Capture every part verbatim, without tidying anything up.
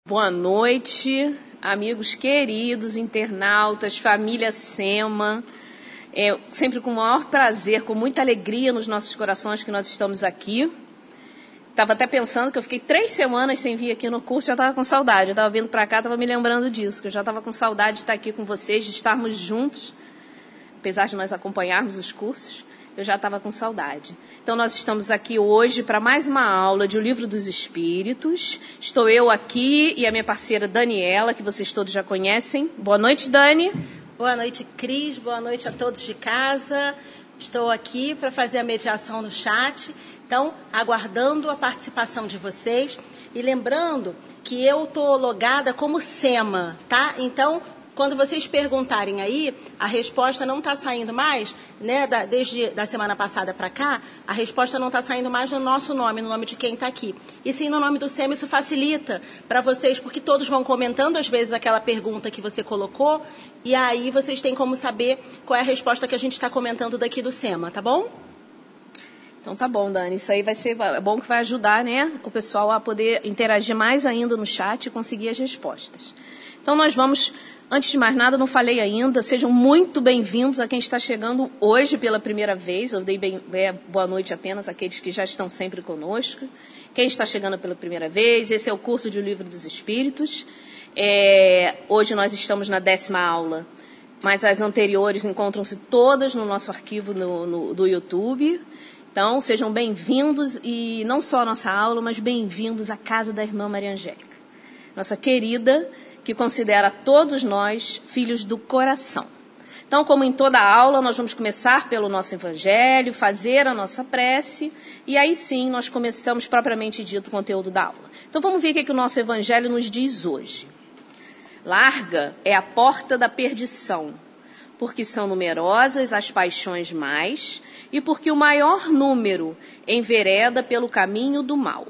Boa noite, amigos queridos, internautas, família Sema. É sempre com o maior prazer, com muita alegria nos nossos corações que nós estamos aqui. Estava até pensando que eu fiquei três semanas sem vir aqui no curso, já estava com saudade. Eu estava vindo para cá, estava me lembrando disso, que eu já estava com saudade de estar aqui com vocês, de estarmos juntos, apesar de nós acompanharmos os cursos. Eu já estava com saudade. Então, nós estamos aqui hoje para mais uma aula de O Livro dos Espíritos. Estou eu aqui e a minha parceira Daniela, que vocês todos já conhecem. Boa noite, Dani. Boa noite, Cris. Boa noite a todos de casa. Estou aqui para fazer a mediação no chat. Então, aguardando a participação de vocês. E lembrando que eu estou logada como Sema, tá? Então, quando vocês perguntarem aí, a resposta não está saindo mais, né, da, desde a semana passada para cá, a resposta não está saindo mais no nosso nome, no nome de quem está aqui. E sim no nome do Sema, isso facilita para vocês, porque todos vão comentando, às vezes, aquela pergunta que você colocou, e aí vocês têm como saber qual é a resposta que a gente está comentando daqui do Sema, tá bom? Então tá bom, Dani, isso aí vai ser é bom que vai ajudar, né, o pessoal a poder interagir mais ainda no chat e conseguir as respostas. Então nós vamos... Antes de mais nada, não falei ainda, sejam muito bem-vindos a quem está chegando hoje pela primeira vez. Eu dei bem, é, boa noite apenas àqueles que já estão sempre conosco. Quem está chegando pela primeira vez, esse é o curso de O Livro dos Espíritos. É, hoje nós estamos na décima aula, mas as anteriores encontram-se todas no nosso arquivo no, no, do YouTube. Então, sejam bem-vindos e não só a nossa aula, mas bem-vindos à casa da irmã Maria Angélica, nossa querida, que considera todos nós filhos do coração. Então, como em toda aula, nós vamos começar pelo nosso evangelho, fazer a nossa prece, e aí sim nós começamos propriamente dito o conteúdo da aula. Então, vamos ver o que, é que o nosso evangelho nos diz hoje. Larga é a porta da perdição, porque são numerosas as paixões mais, e porque o maior número envereda pelo caminho do mal.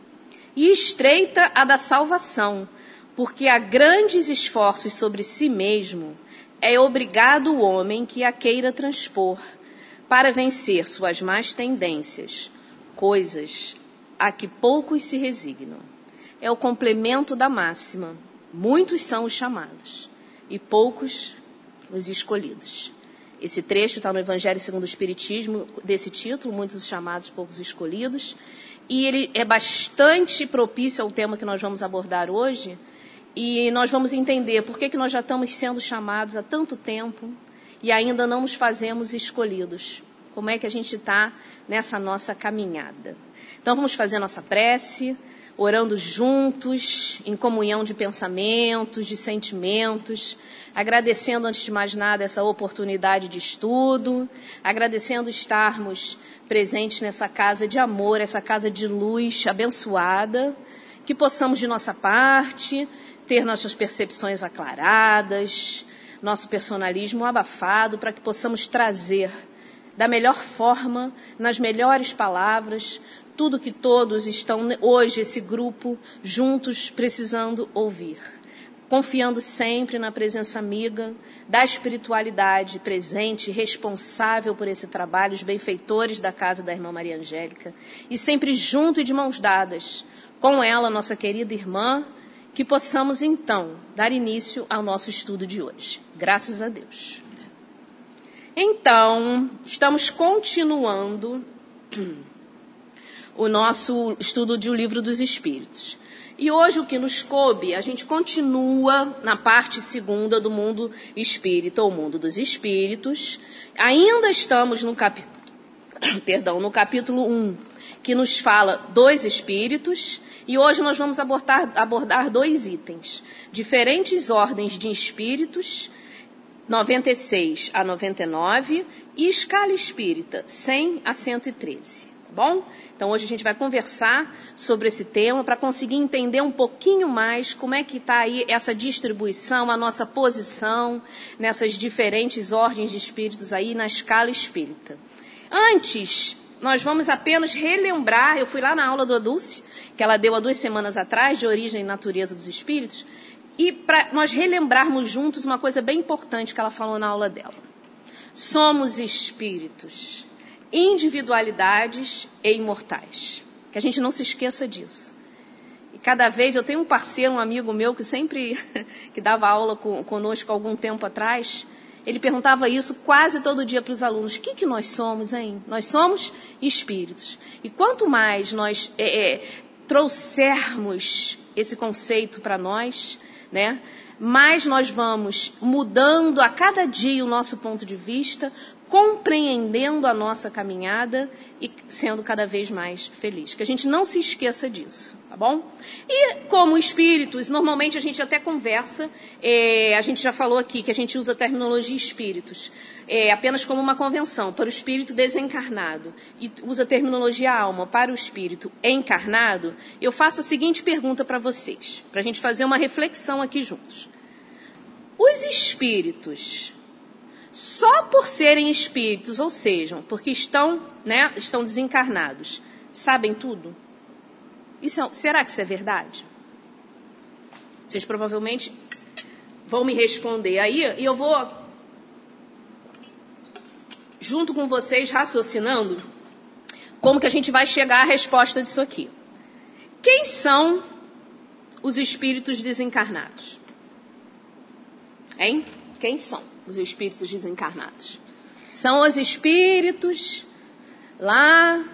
E estreita a da salvação, porque a grandes esforços sobre si mesmo é obrigado o homem que a queira transpor para vencer suas más tendências, coisas a que poucos se resignam. É o complemento da máxima: muitos são os chamados e poucos os escolhidos. Esse trecho está no Evangelho segundo o Espiritismo, desse título, muitos os chamados, poucos escolhidos, e ele é bastante propício ao tema que nós vamos abordar hoje. E nós vamos entender por que, que nós já estamos sendo chamados há tanto tempo e ainda não nos fazemos escolhidos. Como é que a gente está nessa nossa caminhada? Então vamos fazer nossa prece, orando juntos, em comunhão de pensamentos, de sentimentos, agradecendo antes de mais nada essa oportunidade de estudo, agradecendo estarmos presentes nessa casa de amor, essa casa de luz abençoada, que possamos de nossa parte ter nossas percepções aclaradas, nosso personalismo abafado, para que possamos trazer da melhor forma, nas melhores palavras, tudo que todos estão hoje, esse grupo, juntos, precisando ouvir. Confiando sempre na presença amiga da espiritualidade presente, responsável por esse trabalho, os benfeitores da casa da irmã Maria Angélica, e sempre junto e de mãos dadas com ela, nossa querida irmã, que possamos, então, dar início ao nosso estudo de hoje. Graças a Deus. Então, estamos continuando o nosso estudo de O Livro dos Espíritos. E hoje o que nos coube, a gente continua na parte segunda do mundo espírita, ou mundo dos espíritos. Ainda estamos no capítulo, perdão, no capítulo um, que nos fala dos espíritos. E hoje nós vamos abordar, abordar dois itens. Diferentes ordens de espíritos, noventa e seis a noventa e nove, e escala espírita, cem a cento e treze. Tá bom? Então hoje a gente vai conversar sobre esse tema para conseguir entender um pouquinho mais como é que está aí essa distribuição, a nossa posição nessas diferentes ordens de espíritos aí na escala espírita. Antes, nós vamos apenas relembrar, eu fui lá na aula do Dulce, que ela deu há duas semanas atrás, de Origem e Natureza dos Espíritos, e para nós relembrarmos juntos uma coisa bem importante que ela falou na aula dela. Somos espíritos, individualidades e imortais. Que a gente não se esqueça disso. cada vez, eu tenho um parceiro, um amigo meu, que sempre, que dava aula com, conosco há algum tempo atrás, ele perguntava isso quase todo dia para os alunos. O que, que nós somos, hein? Nós somos espíritos. E quanto mais nós é, é, trouxermos esse conceito para nós, né, mais nós vamos mudando a cada dia o nosso ponto de vista, compreendendo a nossa caminhada e sendo cada vez mais feliz. Que a gente não se esqueça disso, tá bom? E como espíritos, normalmente a gente até conversa, é, a gente já falou aqui que a gente usa a terminologia espíritos é, apenas como uma convenção para o espírito desencarnado e usa a terminologia alma para o espírito encarnado. Eu faço a seguinte pergunta para vocês, para a gente fazer uma reflexão aqui juntos. Os espíritos, só por serem espíritos, ou seja, porque estão, né, estão desencarnados, sabem tudo? Isso é, será que isso é verdade? Vocês provavelmente vão me responder aí, e eu vou, junto com vocês, raciocinando como que a gente vai chegar à resposta disso aqui. Quem são os espíritos desencarnados? Hein? Quem são os espíritos desencarnados? São os espíritos lá...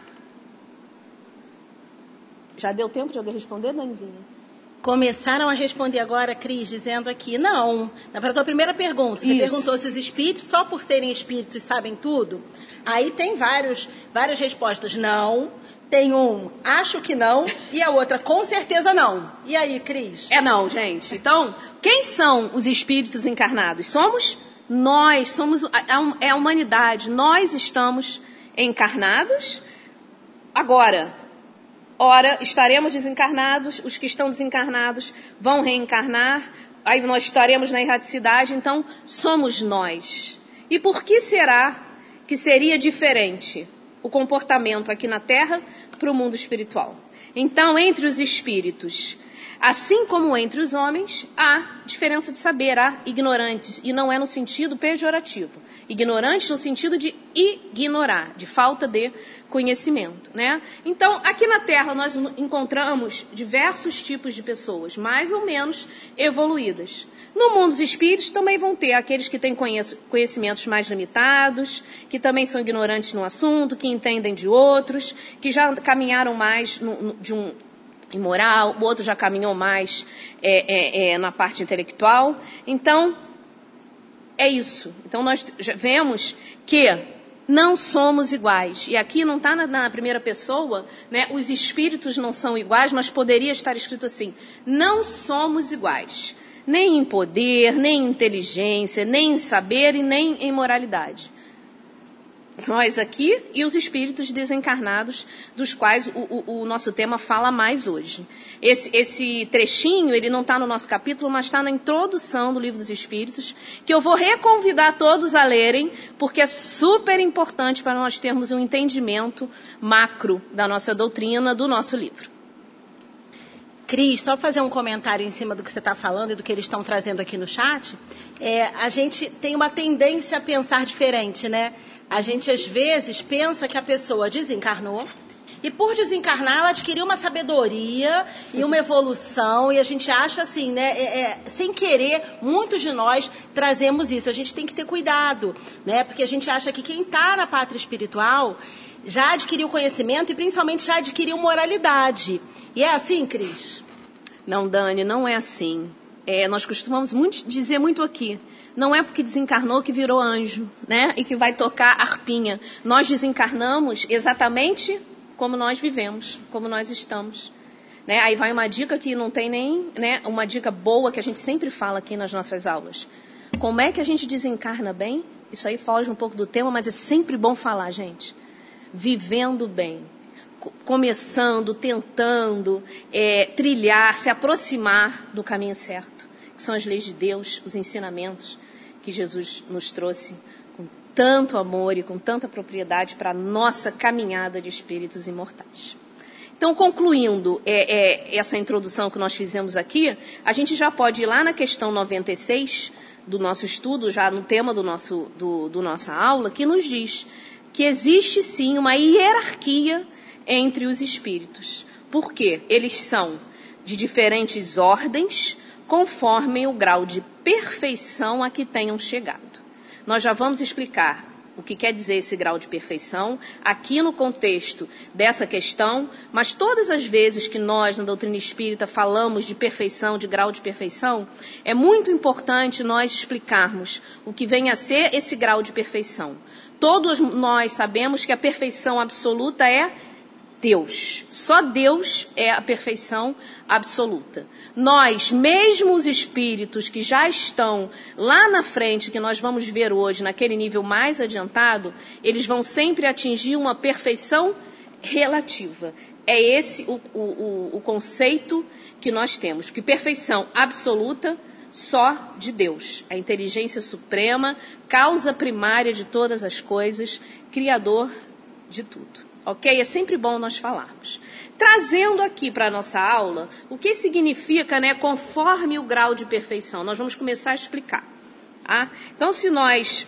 Já deu tempo de alguém responder, Danizinha? Começaram a responder agora, Cris, dizendo aqui, não. Para a tua primeira pergunta, você Isso. perguntou se os espíritos, só por serem espíritos, sabem tudo? Aí tem vários, várias respostas. Não. Tem um, acho que não, e a outra, com certeza não. E aí, Cris? É não, gente. Então, quem são os espíritos encarnados? Somos nós, somos a, a, é a humanidade. Nós estamos encarnados. Agora, ora, estaremos desencarnados, os que estão desencarnados vão reencarnar, aí nós estaremos na erraticidade, então somos nós. E por que será que seria diferente o comportamento aqui na Terra para o mundo espiritual? Então, entre os espíritos, assim como entre os homens, há diferença de saber, há ignorantes, e não é no sentido pejorativo. Ignorantes no sentido de ignorar, de falta de conhecimento, né? Então, aqui na Terra nós encontramos diversos tipos de pessoas, mais ou menos evoluídas. No mundo dos espíritos também vão ter aqueles que têm conhecimentos mais limitados, que também são ignorantes no assunto, que entendem de outros, que já caminharam mais no, no, de um imoral, o outro já caminhou mais é, é, é, na parte intelectual. Então, é isso. Então, nós já vemos que não somos iguais. E aqui não está na, na primeira pessoa, né, os espíritos não são iguais, mas poderia estar escrito assim, não somos iguais. Nem em poder, nem em inteligência, nem em saber e nem em moralidade. Nós aqui e os espíritos desencarnados, dos quais o, o, o nosso tema fala mais hoje. Esse, esse trechinho, ele não está no nosso capítulo, mas está na introdução do Livro dos Espíritos, que eu vou reconvidar todos a lerem, porque é super importante para nós termos um entendimento macro da nossa doutrina, do nosso livro. Cris, só fazer um comentário em cima do que você está falando e do que eles estão trazendo aqui no chat. É, a gente tem uma tendência a pensar diferente, né? A gente, às vezes, pensa que a pessoa desencarnou e, por desencarnar, ela adquiriu uma sabedoria e uma evolução. E a gente acha assim, né? É, é, sem querer, muitos de nós trazemos isso. A gente tem que ter cuidado, né? Porque a gente acha que quem está na pátria espiritual já adquiriu conhecimento e, principalmente, já adquiriu moralidade. E é assim, Cris? Não, Dani, não é assim. É, nós costumamos muito, dizer muito aqui, não é porque desencarnou que virou anjo, né? E que vai tocar harpinha. Nós desencarnamos exatamente como nós vivemos, como nós estamos. Né? Aí vai uma dica que não tem nem, né, uma dica boa que a gente sempre fala aqui nas nossas aulas. Como é que a gente desencarna bem? Isso aí foge um pouco do tema, mas é sempre bom falar, gente. Vivendo bem. Começando, tentando é, trilhar, se aproximar do caminho certo, que são as leis de Deus, os ensinamentos que Jesus nos trouxe com tanto amor e com tanta propriedade para a nossa caminhada de espíritos imortais. Então, concluindo é, é, essa introdução que nós fizemos aqui, a gente já pode ir lá na questão noventa e seis do nosso estudo, já no tema do nosso, do, do nossa aula, que nos diz que existe sim uma hierarquia entre os espíritos. Por quê? Eles são de diferentes ordens, conforme o grau de perfeição a que tenham chegado. Nós já vamos explicar o que quer dizer esse grau de perfeição aqui no contexto dessa questão, mas todas as vezes que nós, na doutrina espírita, falamos de perfeição, de grau de perfeição, é muito importante nós explicarmos o que vem a ser esse grau de perfeição. Todos nós sabemos que a perfeição absoluta é Deus. Só Deus é a perfeição absoluta. Nós, mesmo os espíritos que já estão lá na frente, que nós vamos ver hoje, naquele nível mais adiantado, eles vão sempre atingir uma perfeição relativa. É esse o, o, o conceito que nós temos, porque perfeição absoluta só de Deus, a inteligência suprema, causa primária de todas as coisas, criador de tudo. Ok? É sempre bom nós falarmos. Trazendo aqui para a nossa aula, o que significa, né, conforme o grau de perfeição. Nós vamos começar a explicar. Tá? Então, se nós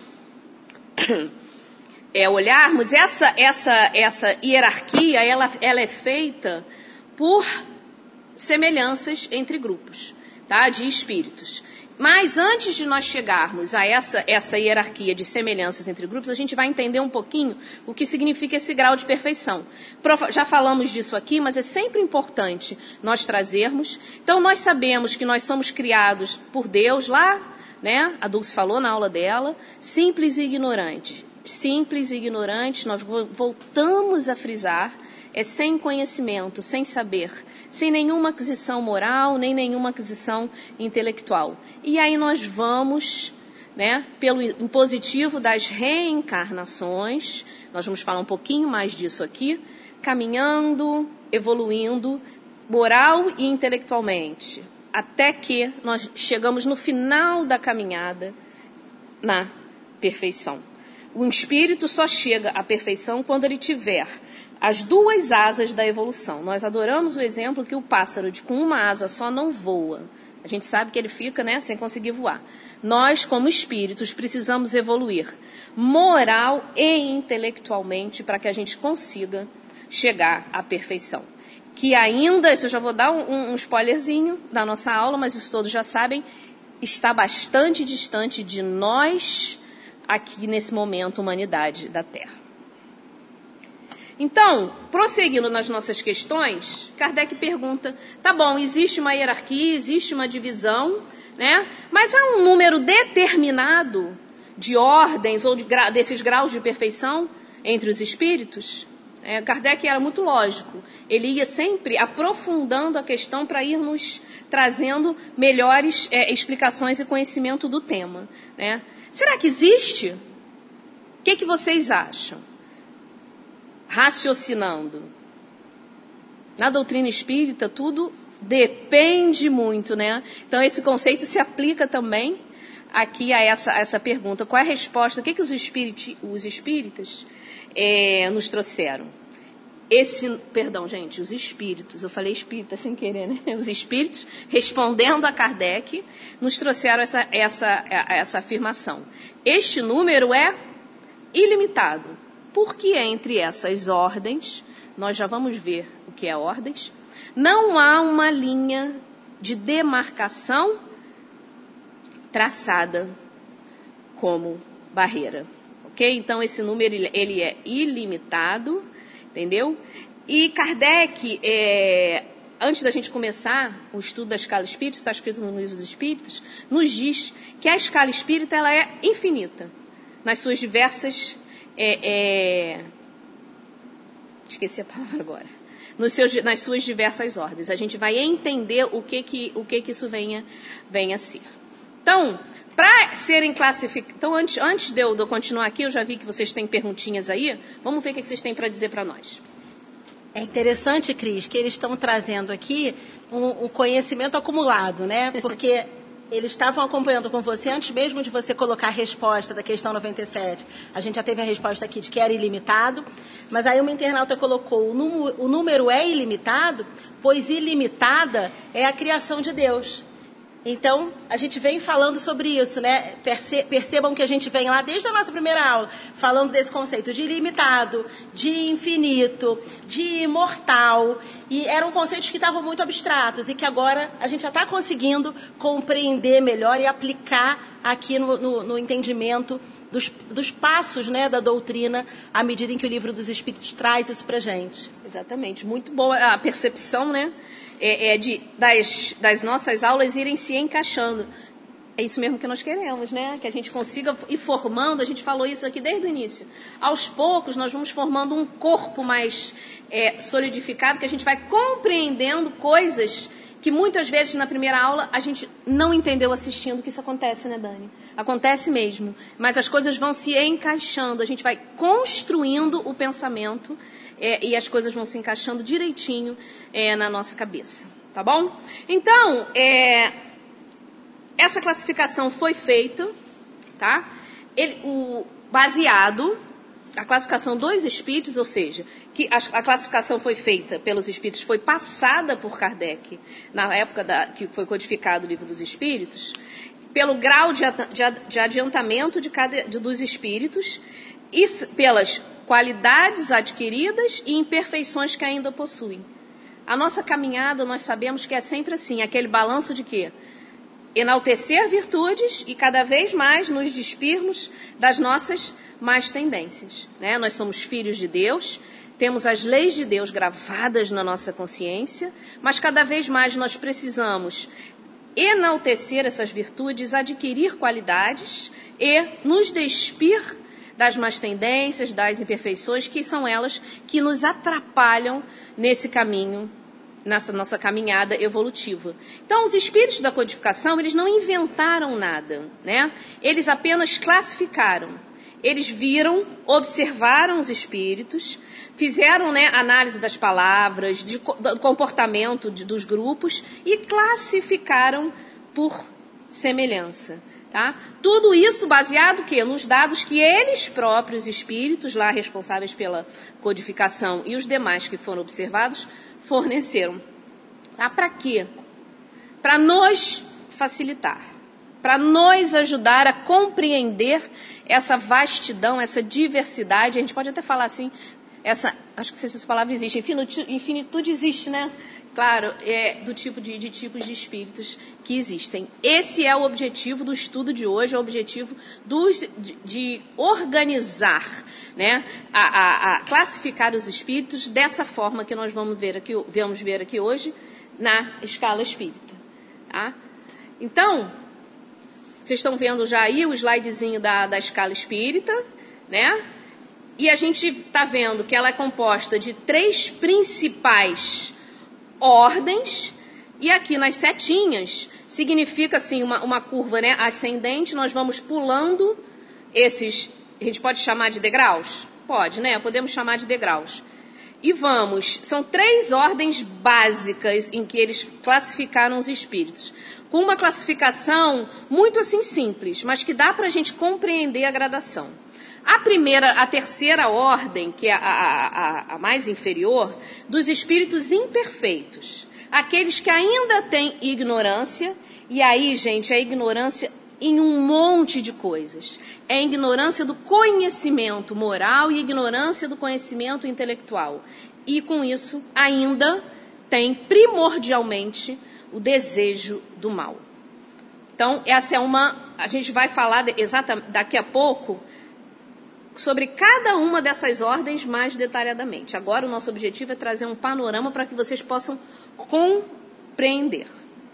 é, olharmos, essa, essa, essa hierarquia, ela, ela é feita por semelhanças entre grupos, tá, de espíritos. Mas antes de nós chegarmos a essa, essa hierarquia de semelhanças entre grupos, a gente vai entender um pouquinho o que significa esse grau de perfeição. Já falamos disso aqui, mas é sempre importante nós trazermos. Então, nós sabemos que nós somos criados por Deus lá, né? A Dulce falou na aula dela, simples e ignorantes. Simples e ignorantes, nós voltamos a frisar, é sem conhecimento, sem saber, sem nenhuma aquisição moral, nem nenhuma aquisição intelectual. E aí nós vamos, né, pelo impositivo das reencarnações, nós vamos falar um pouquinho mais disso aqui, caminhando, evoluindo, moral e intelectualmente, até que nós chegamos no final da caminhada na perfeição. O espírito só chega à perfeição quando ele tiver as duas asas da evolução. Nós adoramos o exemplo que o pássaro de com uma asa só não voa. A gente sabe que ele fica, né, sem conseguir voar. Nós, como espíritos, precisamos evoluir moral e intelectualmente para que a gente consiga chegar à perfeição. Que ainda, isso eu já vou dar um, um spoilerzinho da nossa aula, mas isso todos já sabem, está bastante distante de nós aqui nesse momento, humanidade da Terra. Então, prosseguindo nas nossas questões, Kardec pergunta, tá bom, existe uma hierarquia, existe uma divisão, né? Mas há um número determinado de ordens ou de gra- desses graus de perfeição entre os espíritos? É, Kardec era muito lógico, ele ia sempre aprofundando a questão para ir nos trazendo melhores é, explicações e conhecimento do tema, né? Será que existe? O que, que vocês acham? Raciocinando. Na doutrina espírita, tudo depende muito, né? Então, esse conceito se aplica também aqui a essa, a essa pergunta. Qual é a resposta? O que, que os, espíriti, os espíritas é, nos trouxeram? Esse, perdão, gente, os espíritos, eu falei espírita sem querer, né? Os espíritos, respondendo a Kardec, nos trouxeram essa, essa, essa afirmação. Este número é ilimitado. Porque entre essas ordens, nós já vamos ver o que é ordens, não há uma linha de demarcação traçada como barreira, ok? Então, esse número ele é ilimitado, entendeu? E Kardec, é, antes da gente começar o estudo da escala espírita, está escrito no livro dos Espíritos, nos diz que a escala espírita ela é infinita, nas suas diversas... É, é... Esqueci a palavra agora. Nos seus, nas suas diversas ordens. A gente vai entender o que que, o que, que isso venha, venha a ser. Então, para serem classificados... Então, antes, antes de, eu, de eu continuar aqui, eu já vi que vocês têm perguntinhas aí. Vamos ver o que, que vocês têm para dizer para nós. É interessante, Cris, que eles estão trazendo aqui um, um conhecimento acumulado, né? Porque... eles estavam acompanhando com você antes mesmo de você colocar a resposta da questão noventa e sete. A gente já teve a resposta aqui de que era ilimitado, mas aí uma internauta colocou, o número, o número é ilimitado, pois ilimitada é a criação de Deus. Então, a gente vem falando sobre isso, né? Perce- percebam que a gente vem lá desde a nossa primeira aula, falando desse conceito de ilimitado, de infinito, de imortal. E eram conceitos que estavam muito abstratos e que agora a gente já está conseguindo compreender melhor e aplicar aqui no, no, no entendimento dos, dos passos, né, da doutrina, à medida em que o Livro dos Espíritos traz isso para a gente. Exatamente. Muito boa a percepção, né? É, é de, das, das nossas aulas irem se encaixando. É isso mesmo que nós queremos, né? Que a gente consiga ir formando, a gente falou isso aqui desde o início. Aos poucos, nós vamos formando um corpo mais é, solidificado, que a gente vai compreendendo coisas que muitas vezes na primeira aula a gente não entendeu assistindo que isso acontece, né, Dani? Acontece mesmo. Mas as coisas vão se encaixando, a gente vai construindo o pensamento É, e as coisas vão se encaixando direitinho é, na nossa cabeça, tá bom? Então, é, essa classificação foi feita, tá? Ele, o, baseado, a classificação dos espíritos, ou seja, que a, a classificação foi feita pelos espíritos, foi passada por Kardec, na época da, que foi codificado o Livro dos Espíritos, pelo grau de, de, de adiantamento de cada, de, dos espíritos e pelas qualidades adquiridas e imperfeições que ainda possuem. A nossa caminhada, nós sabemos que é sempre assim, aquele balanço de quê? Enaltecer virtudes e cada vez mais nos despirmos das nossas más tendências, né? Nós somos filhos de Deus, temos as leis de Deus gravadas na nossa consciência, mas cada vez mais nós precisamos enaltecer essas virtudes, adquirir qualidades e nos despir das más tendências, das imperfeições, que são elas que nos atrapalham nesse caminho, nessa nossa caminhada evolutiva. Então, os espíritos da codificação, eles não inventaram nada, né? Eles apenas classificaram. Eles viram, observaram os espíritos, fizeram, né, análise das palavras, de, do comportamento de, dos grupos e classificaram por semelhança. Tá? Tudo isso baseado que, nos dados que eles próprios, espíritos lá responsáveis pela codificação e os demais que foram observados, forneceram. Tá? Para quê? Para nos facilitar, para nos ajudar a compreender essa vastidão, essa diversidade, a gente pode até falar assim, essa, acho que não sei se essa palavra existe, infinitude, infinitude existe, né? Claro, é do tipo de, de tipos de espíritos que existem. Esse é o objetivo do estudo de hoje, é o objetivo dos, de, de organizar, né, a, a, a classificar os espíritos dessa forma que nós vamos ver aqui, vamos ver aqui hoje na escala espírita. Tá? Então, vocês estão vendo já aí o slidezinho da, da escala espírita, né? E a gente está vendo que ela é composta de três principais ordens, e aqui nas setinhas significa assim uma, uma curva, né, ascendente. Nós vamos pulando esses, a gente pode chamar de degraus? Pode, né? Podemos chamar de degraus. E vamos, são três ordens básicas em que eles classificaram os espíritos, com uma classificação muito assim simples, mas que dá para a gente compreender a gradação. A primeira, a terceira ordem, que é a, a, a, a mais inferior, dos espíritos imperfeitos. Aqueles que ainda têm ignorância, e aí, gente, é ignorância em um monte de coisas. É ignorância do conhecimento moral e ignorância do conhecimento intelectual. E com isso, ainda tem primordialmente o desejo do mal. Então, essa é uma... A gente vai falar de, exatamente daqui a pouco sobre cada uma dessas ordens mais detalhadamente. Agora o nosso objetivo é trazer um panorama para que vocês possam compreender.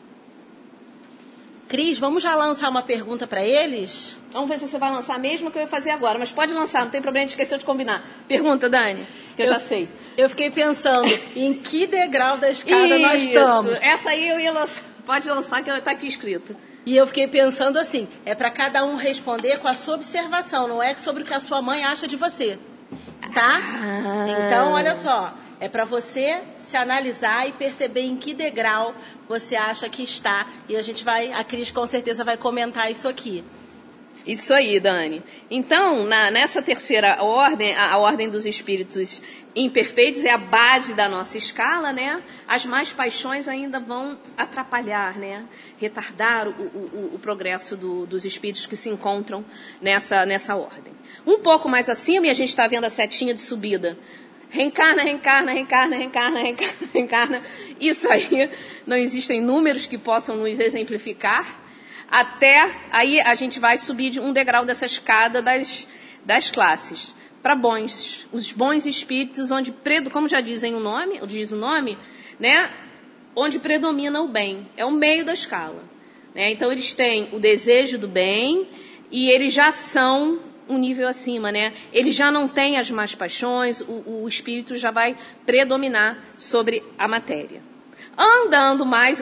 Cris, vamos já lançar uma pergunta para eles? Vamos ver se você vai lançar mesmo, que eu ia fazer agora, mas pode lançar, não tem problema, a gente esqueceu de combinar. Pergunta, Dani, que eu, eu já sei. Eu fiquei pensando em que degrau da escada Isso. nós estamos. Essa aí eu ia lançar, pode lançar que está aqui escrito. E eu fiquei pensando assim, é para cada um responder com a sua observação, não é sobre o que a sua mãe acha de você, tá? Ah. Então, olha só, é para você se analisar e perceber em que degrau você acha que está. E a gente vai, a Cris com certeza vai comentar isso aqui. Isso aí, Dani. Então, na, nessa terceira ordem, a, a ordem dos espíritos imperfeitos é a base da nossa escala, né? As más paixões ainda vão atrapalhar, né? Retardar o, o, o progresso do, dos espíritos que se encontram nessa, nessa ordem. Um pouco mais acima, e a gente está vendo a setinha de subida. Reencarna, reencarna, reencarna, reencarna, reencarna, reencarna. Isso aí, não existem números que possam nos exemplificar. Até aí a gente vai subir de um degrau dessa escada das, das classes para bons, os bons espíritos, onde, como já dizem o nome, diz o nome, né, onde predomina o bem, é o meio da escala. Né? Então eles têm o desejo do bem e eles já são um nível acima, né? Eles já não têm as más paixões, o, o espírito já vai predominar sobre a matéria. Andando mais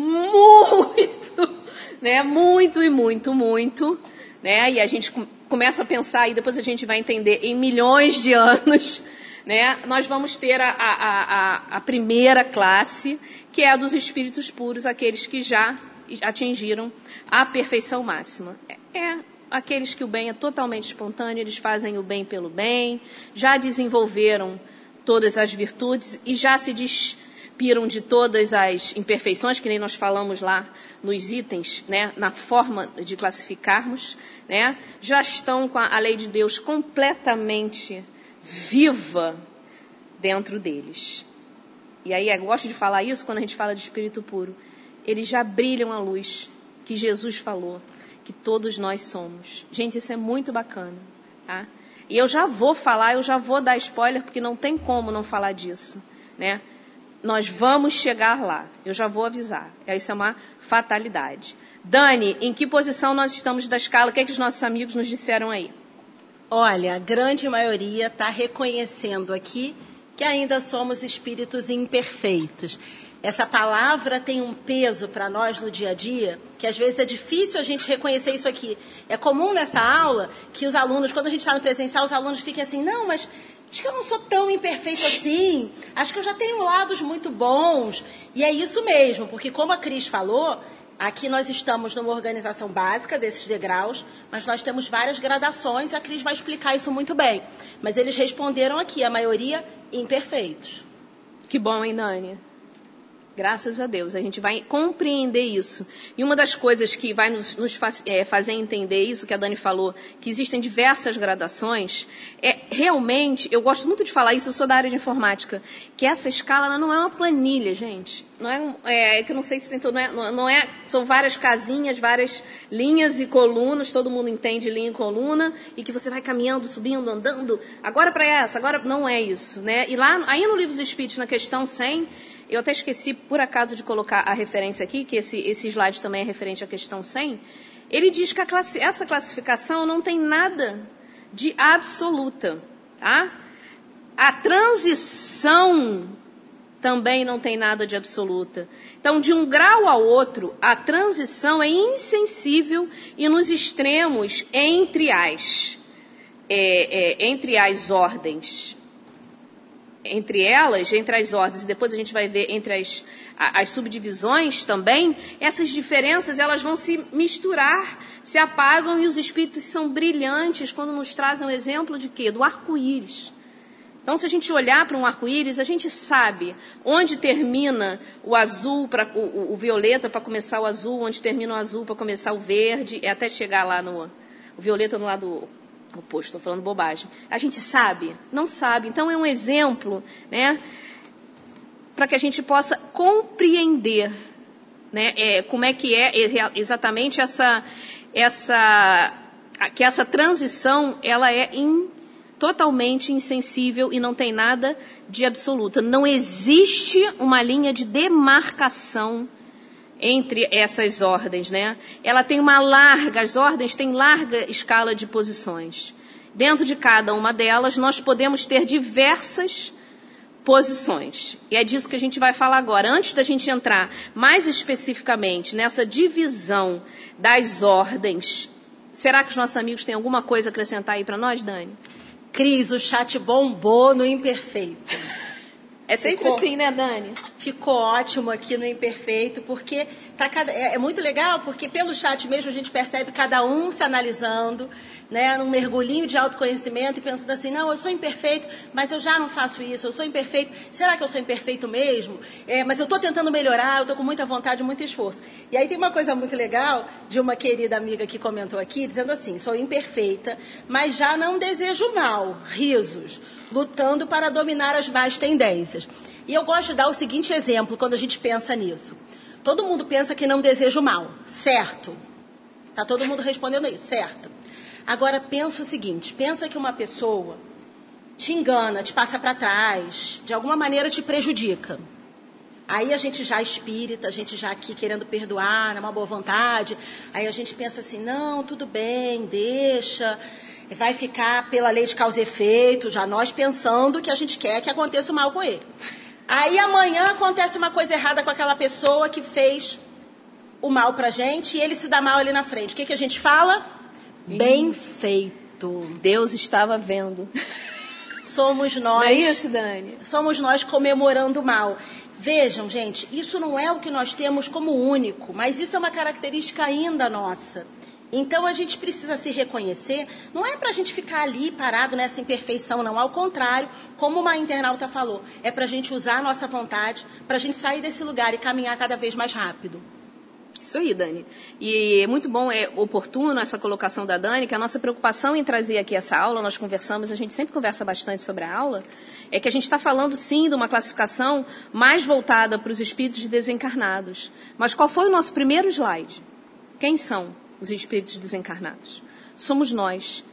muito... Né, muito e muito, muito, né, e a gente começa a pensar, e depois a gente vai entender, em milhões de anos, né, nós vamos ter a, a, a, a primeira classe, que é a dos espíritos puros, aqueles que já atingiram a perfeição máxima. É, é aqueles que o bem é totalmente espontâneo, eles fazem o bem pelo bem, já desenvolveram todas as virtudes e já se des piram de todas as imperfeições, que nem nós falamos lá nos itens, né, na forma de classificarmos, né, já estão com a, a lei de Deus completamente viva dentro deles. E aí eu gosto de falar isso quando a gente fala de espírito puro. Eles já brilham a luz que Jesus falou, que todos nós somos. Gente, isso é muito bacana, tá? E eu já vou falar, eu já vou dar spoiler, porque não tem como não falar disso, né? Nós vamos chegar lá, eu já vou avisar. Isso é uma fatalidade. Dani, em que posição nós estamos da escala? O que é que os nossos amigos nos disseram aí? Olha, a grande maioria está reconhecendo aqui que ainda somos espíritos imperfeitos. Essa palavra tem um peso para nós no dia a dia, que às vezes é difícil a gente reconhecer isso aqui. É comum nessa aula que os alunos, quando a gente está no presencial, os alunos fiquem assim, não, mas... acho que eu não sou tão imperfeito assim, acho que eu já tenho lados muito bons. E é isso mesmo, porque como a Cris falou, aqui nós estamos numa organização básica desses degraus, mas nós temos várias gradações e a Cris vai explicar isso muito bem. Mas eles responderam aqui, a maioria imperfeitos. Que bom, hein, Dani? Graças a Deus, a gente vai compreender isso. E uma das coisas que vai nos, nos faz, é, fazer entender isso que a Dani falou, que existem diversas gradações, é realmente, eu gosto muito de falar isso, eu sou da área de informática, que essa escala ela não é uma planilha, gente. Não é, é, é que eu não sei se tem todo, não é, não é, são várias casinhas, várias linhas e colunas, todo mundo entende linha e coluna, e que você vai caminhando, subindo, andando, agora para essa, agora não é isso, né? E lá, aí no Livro dos Espíritos, na questão cem, eu até esqueci, por acaso, de colocar a referência aqui, que esse, esse slide também é referente à questão cem. Ele diz que a classe, essa classificação não tem nada de absoluta. Tá? A transição também não tem nada de absoluta. Então, de um grau ao outro, a transição é insensível e nos extremos entre as, é, é, entre as ordens. Entre elas, entre as ordens, e depois a gente vai ver entre as, as subdivisões também, essas diferenças elas vão se misturar, se apagam e os espíritos são brilhantes quando nos trazem um exemplo de quê? Do arco-íris. Então, se a gente olhar para um arco-íris, a gente sabe onde termina o azul, pra, o, o violeta para começar o azul, onde termina o azul para começar o verde, e até chegar lá no o violeta no lado oposto, estou falando bobagem. A gente sabe? Não sabe. Então, é um exemplo, né, para que a gente possa compreender, né, é, como é que é exatamente essa, essa, que essa transição ela é in, totalmente insensível e não tem nada de absoluta. Não existe uma linha de demarcação entre essas ordens, né? Ela tem uma larga, as ordens têm larga escala de posições. Dentro de cada uma delas, nós podemos ter diversas posições. E é disso que a gente vai falar agora. Antes da gente entrar mais especificamente nessa divisão das ordens, será que os nossos amigos têm alguma coisa a acrescentar aí para nós, Dani? Cris, o chat bombou no imperfeito. É sempre ficou, assim, né, Dani? ficou ótimo aqui no Imperfeito, porque tá cada, é, é muito legal, porque pelo chat mesmo a gente percebe cada um se analisando, né, num mergulhinho de autoconhecimento e pensando assim, não, eu sou imperfeito, mas eu já não faço isso, eu sou imperfeito, será que eu sou imperfeito mesmo? É, mas eu estou tentando melhorar, eu estou com muita vontade, muito esforço. E aí tem uma coisa muito legal de uma querida amiga que comentou aqui, dizendo assim, sou imperfeita, mas já não desejo mal, risos, lutando para dominar as más tendências. E eu gosto de dar o seguinte exemplo quando a gente pensa nisso. Todo mundo pensa que não deseja o mal, certo? Tá todo mundo respondendo aí, certo? Agora pensa o seguinte, pensa que uma pessoa te engana, te passa para trás, de alguma maneira te prejudica. Aí a gente já espírita, a gente já aqui querendo perdoar, numa boa vontade, aí a gente pensa assim, não, tudo bem, deixa, vai ficar pela lei de causa e efeito, já nós pensando que a gente quer que aconteça o mal com ele. Aí amanhã acontece uma coisa errada com aquela pessoa que fez o mal pra gente e ele se dá mal ali na frente. O que, que a gente fala? Bem feito. Deus estava vendo. Somos nós. Não é isso, Dani? Somos nós comemorando o mal. Vejam, gente, isso não é o que nós temos como único, mas isso é uma característica ainda nossa. Então, a gente precisa se reconhecer, não é para a gente ficar ali parado nessa imperfeição, não. Ao contrário, como uma internauta falou, é para a gente usar a nossa vontade, para a gente sair desse lugar e caminhar cada vez mais rápido. Isso aí, Dani. E é muito bom, é oportuno essa colocação da Dani, que a nossa preocupação em trazer aqui essa aula, nós conversamos, a gente sempre conversa bastante sobre a aula, é que a gente está falando, sim, de uma classificação mais voltada para os espíritos desencarnados. Mas qual foi o nosso primeiro slide? Quem são os espíritos desencarnados? Somos nós.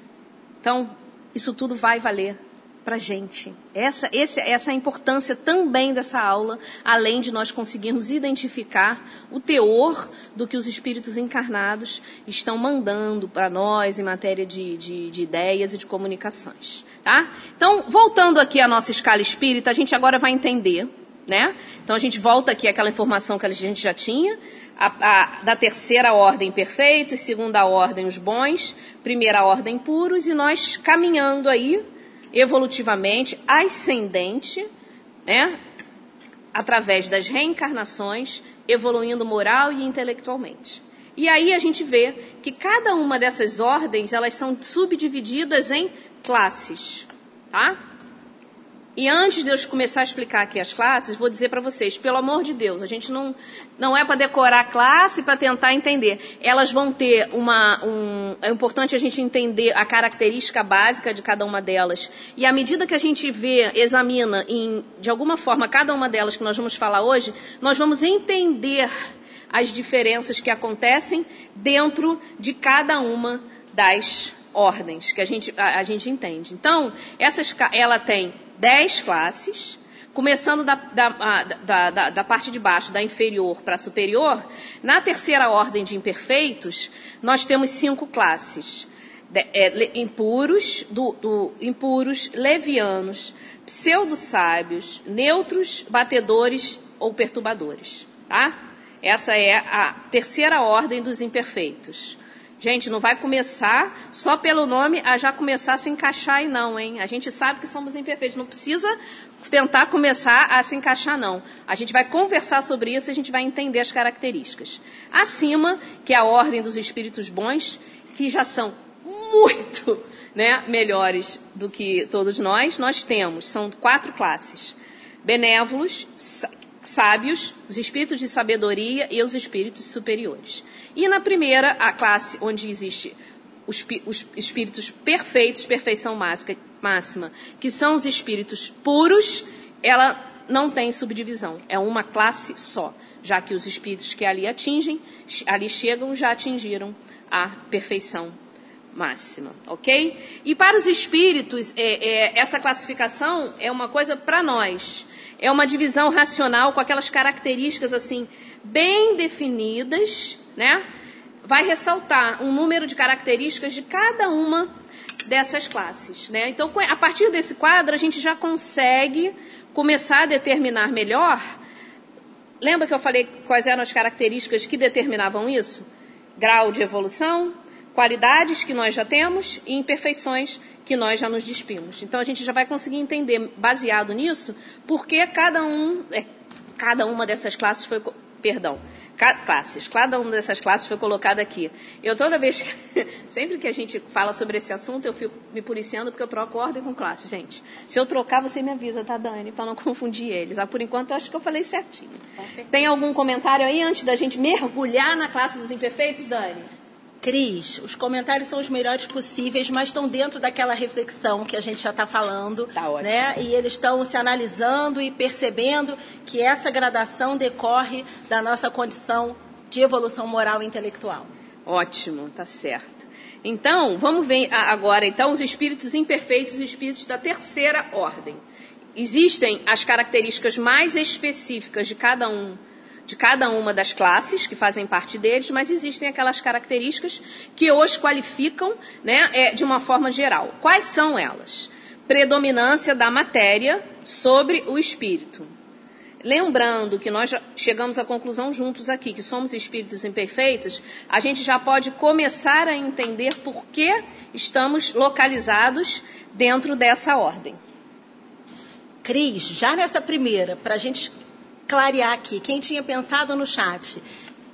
Então, isso tudo vai valer para a gente. Essa, esse, essa é a importância também dessa aula, além de nós conseguirmos identificar o teor do que os espíritos encarnados estão mandando para nós em matéria de, de, de ideias e de comunicações. Tá? Então, voltando aqui à nossa escala espírita, a gente agora vai entender, né? Então, a gente volta aqui àquela informação que a gente já tinha, a, a, da terceira ordem perfeitos, segunda ordem os bons, primeira ordem puros, e nós caminhando aí, evolutivamente, ascendente, né, através das reencarnações, evoluindo moral e intelectualmente. E aí a gente vê que cada uma dessas ordens, elas são subdivididas em classes, tá? E antes de eu começar a explicar aqui as classes, vou dizer para vocês, pelo amor de Deus, a gente não, não é para decorar a classe, para tentar entender. Elas vão ter uma... Um, é importante a gente entender a característica básica de cada uma delas. E à medida que a gente vê, examina, em, de alguma forma, cada uma delas que nós vamos falar hoje, nós vamos entender as diferenças que acontecem dentro de cada uma das ordens que a gente, a, a gente entende. Então, essas, ela tem dez classes, começando da, da, da, da, da parte de baixo, da inferior para a superior. Na terceira ordem de imperfeitos, nós temos cinco classes. De, é, impuros, do, do, impuros, levianos, pseudo-sábios, neutros, batedores ou perturbadores. Tá? Essa é a terceira ordem dos imperfeitos. Gente, não vai começar só pelo nome a já começar a se encaixar aí não, hein? A gente sabe que somos imperfeitos, não precisa tentar começar a se encaixar não. A gente vai conversar sobre isso e a gente vai entender as características. Acima, que é a ordem dos espíritos bons, que já são muito, né, melhores do que todos nós, nós temos, são quatro classes. Benévolos, sábios, os espíritos de sabedoria e os espíritos superiores. E na primeira, a classe onde existe os, os espíritos perfeitos, perfeição máxima, que são os espíritos puros, ela não tem subdivisão, é uma classe só, já que os espíritos que ali atingem, ali chegam, já atingiram a perfeição máxima, ok? E para os espíritos, é, é, essa classificação é uma coisa para nós, é uma divisão racional com aquelas características assim bem definidas, né? Vai ressaltar um número de características de cada uma dessas classes, né? Então, a partir desse quadro, a gente já consegue começar a determinar melhor. Lembra que eu falei quais eram as características que determinavam isso? Grau de evolução, qualidades que nós já temos e imperfeições que nós já nos despimos. Então, a gente já vai conseguir entender, baseado nisso, por que cada um, é, cada uma dessas classes foi... Perdão, classes. Cada uma dessas classes foi colocada aqui. Eu toda vez, que, sempre que a gente fala sobre esse assunto, eu fico me policiando porque eu troco ordem com classe, gente. Se eu trocar, você me avisa, tá, Dani? Para não confundir eles. Ah, por enquanto, eu acho que eu falei certinho. Tem algum comentário aí antes da gente mergulhar na classe dos imperfeitos, Dani? Cris, os comentários são os melhores possíveis, mas estão dentro daquela reflexão que a gente já está falando. Tá ótimo. Né? E eles estão se analisando e percebendo que essa gradação decorre da nossa condição de evolução moral e intelectual. Ótimo, tá certo. Então, vamos ver agora então, os espíritos imperfeitos e os espíritos da terceira ordem. Existem as características mais específicas de cada um de cada uma das classes que fazem parte deles, mas existem aquelas características que os qualificam, né, é, de uma forma geral. Quais são elas? Predominância da matéria sobre o espírito. Lembrando que nós já chegamos à conclusão juntos aqui, que somos espíritos imperfeitos, a gente já pode começar a entender por que estamos localizados dentro dessa ordem. Cris, já nessa primeira, para a gente clarear aqui, quem tinha pensado no chat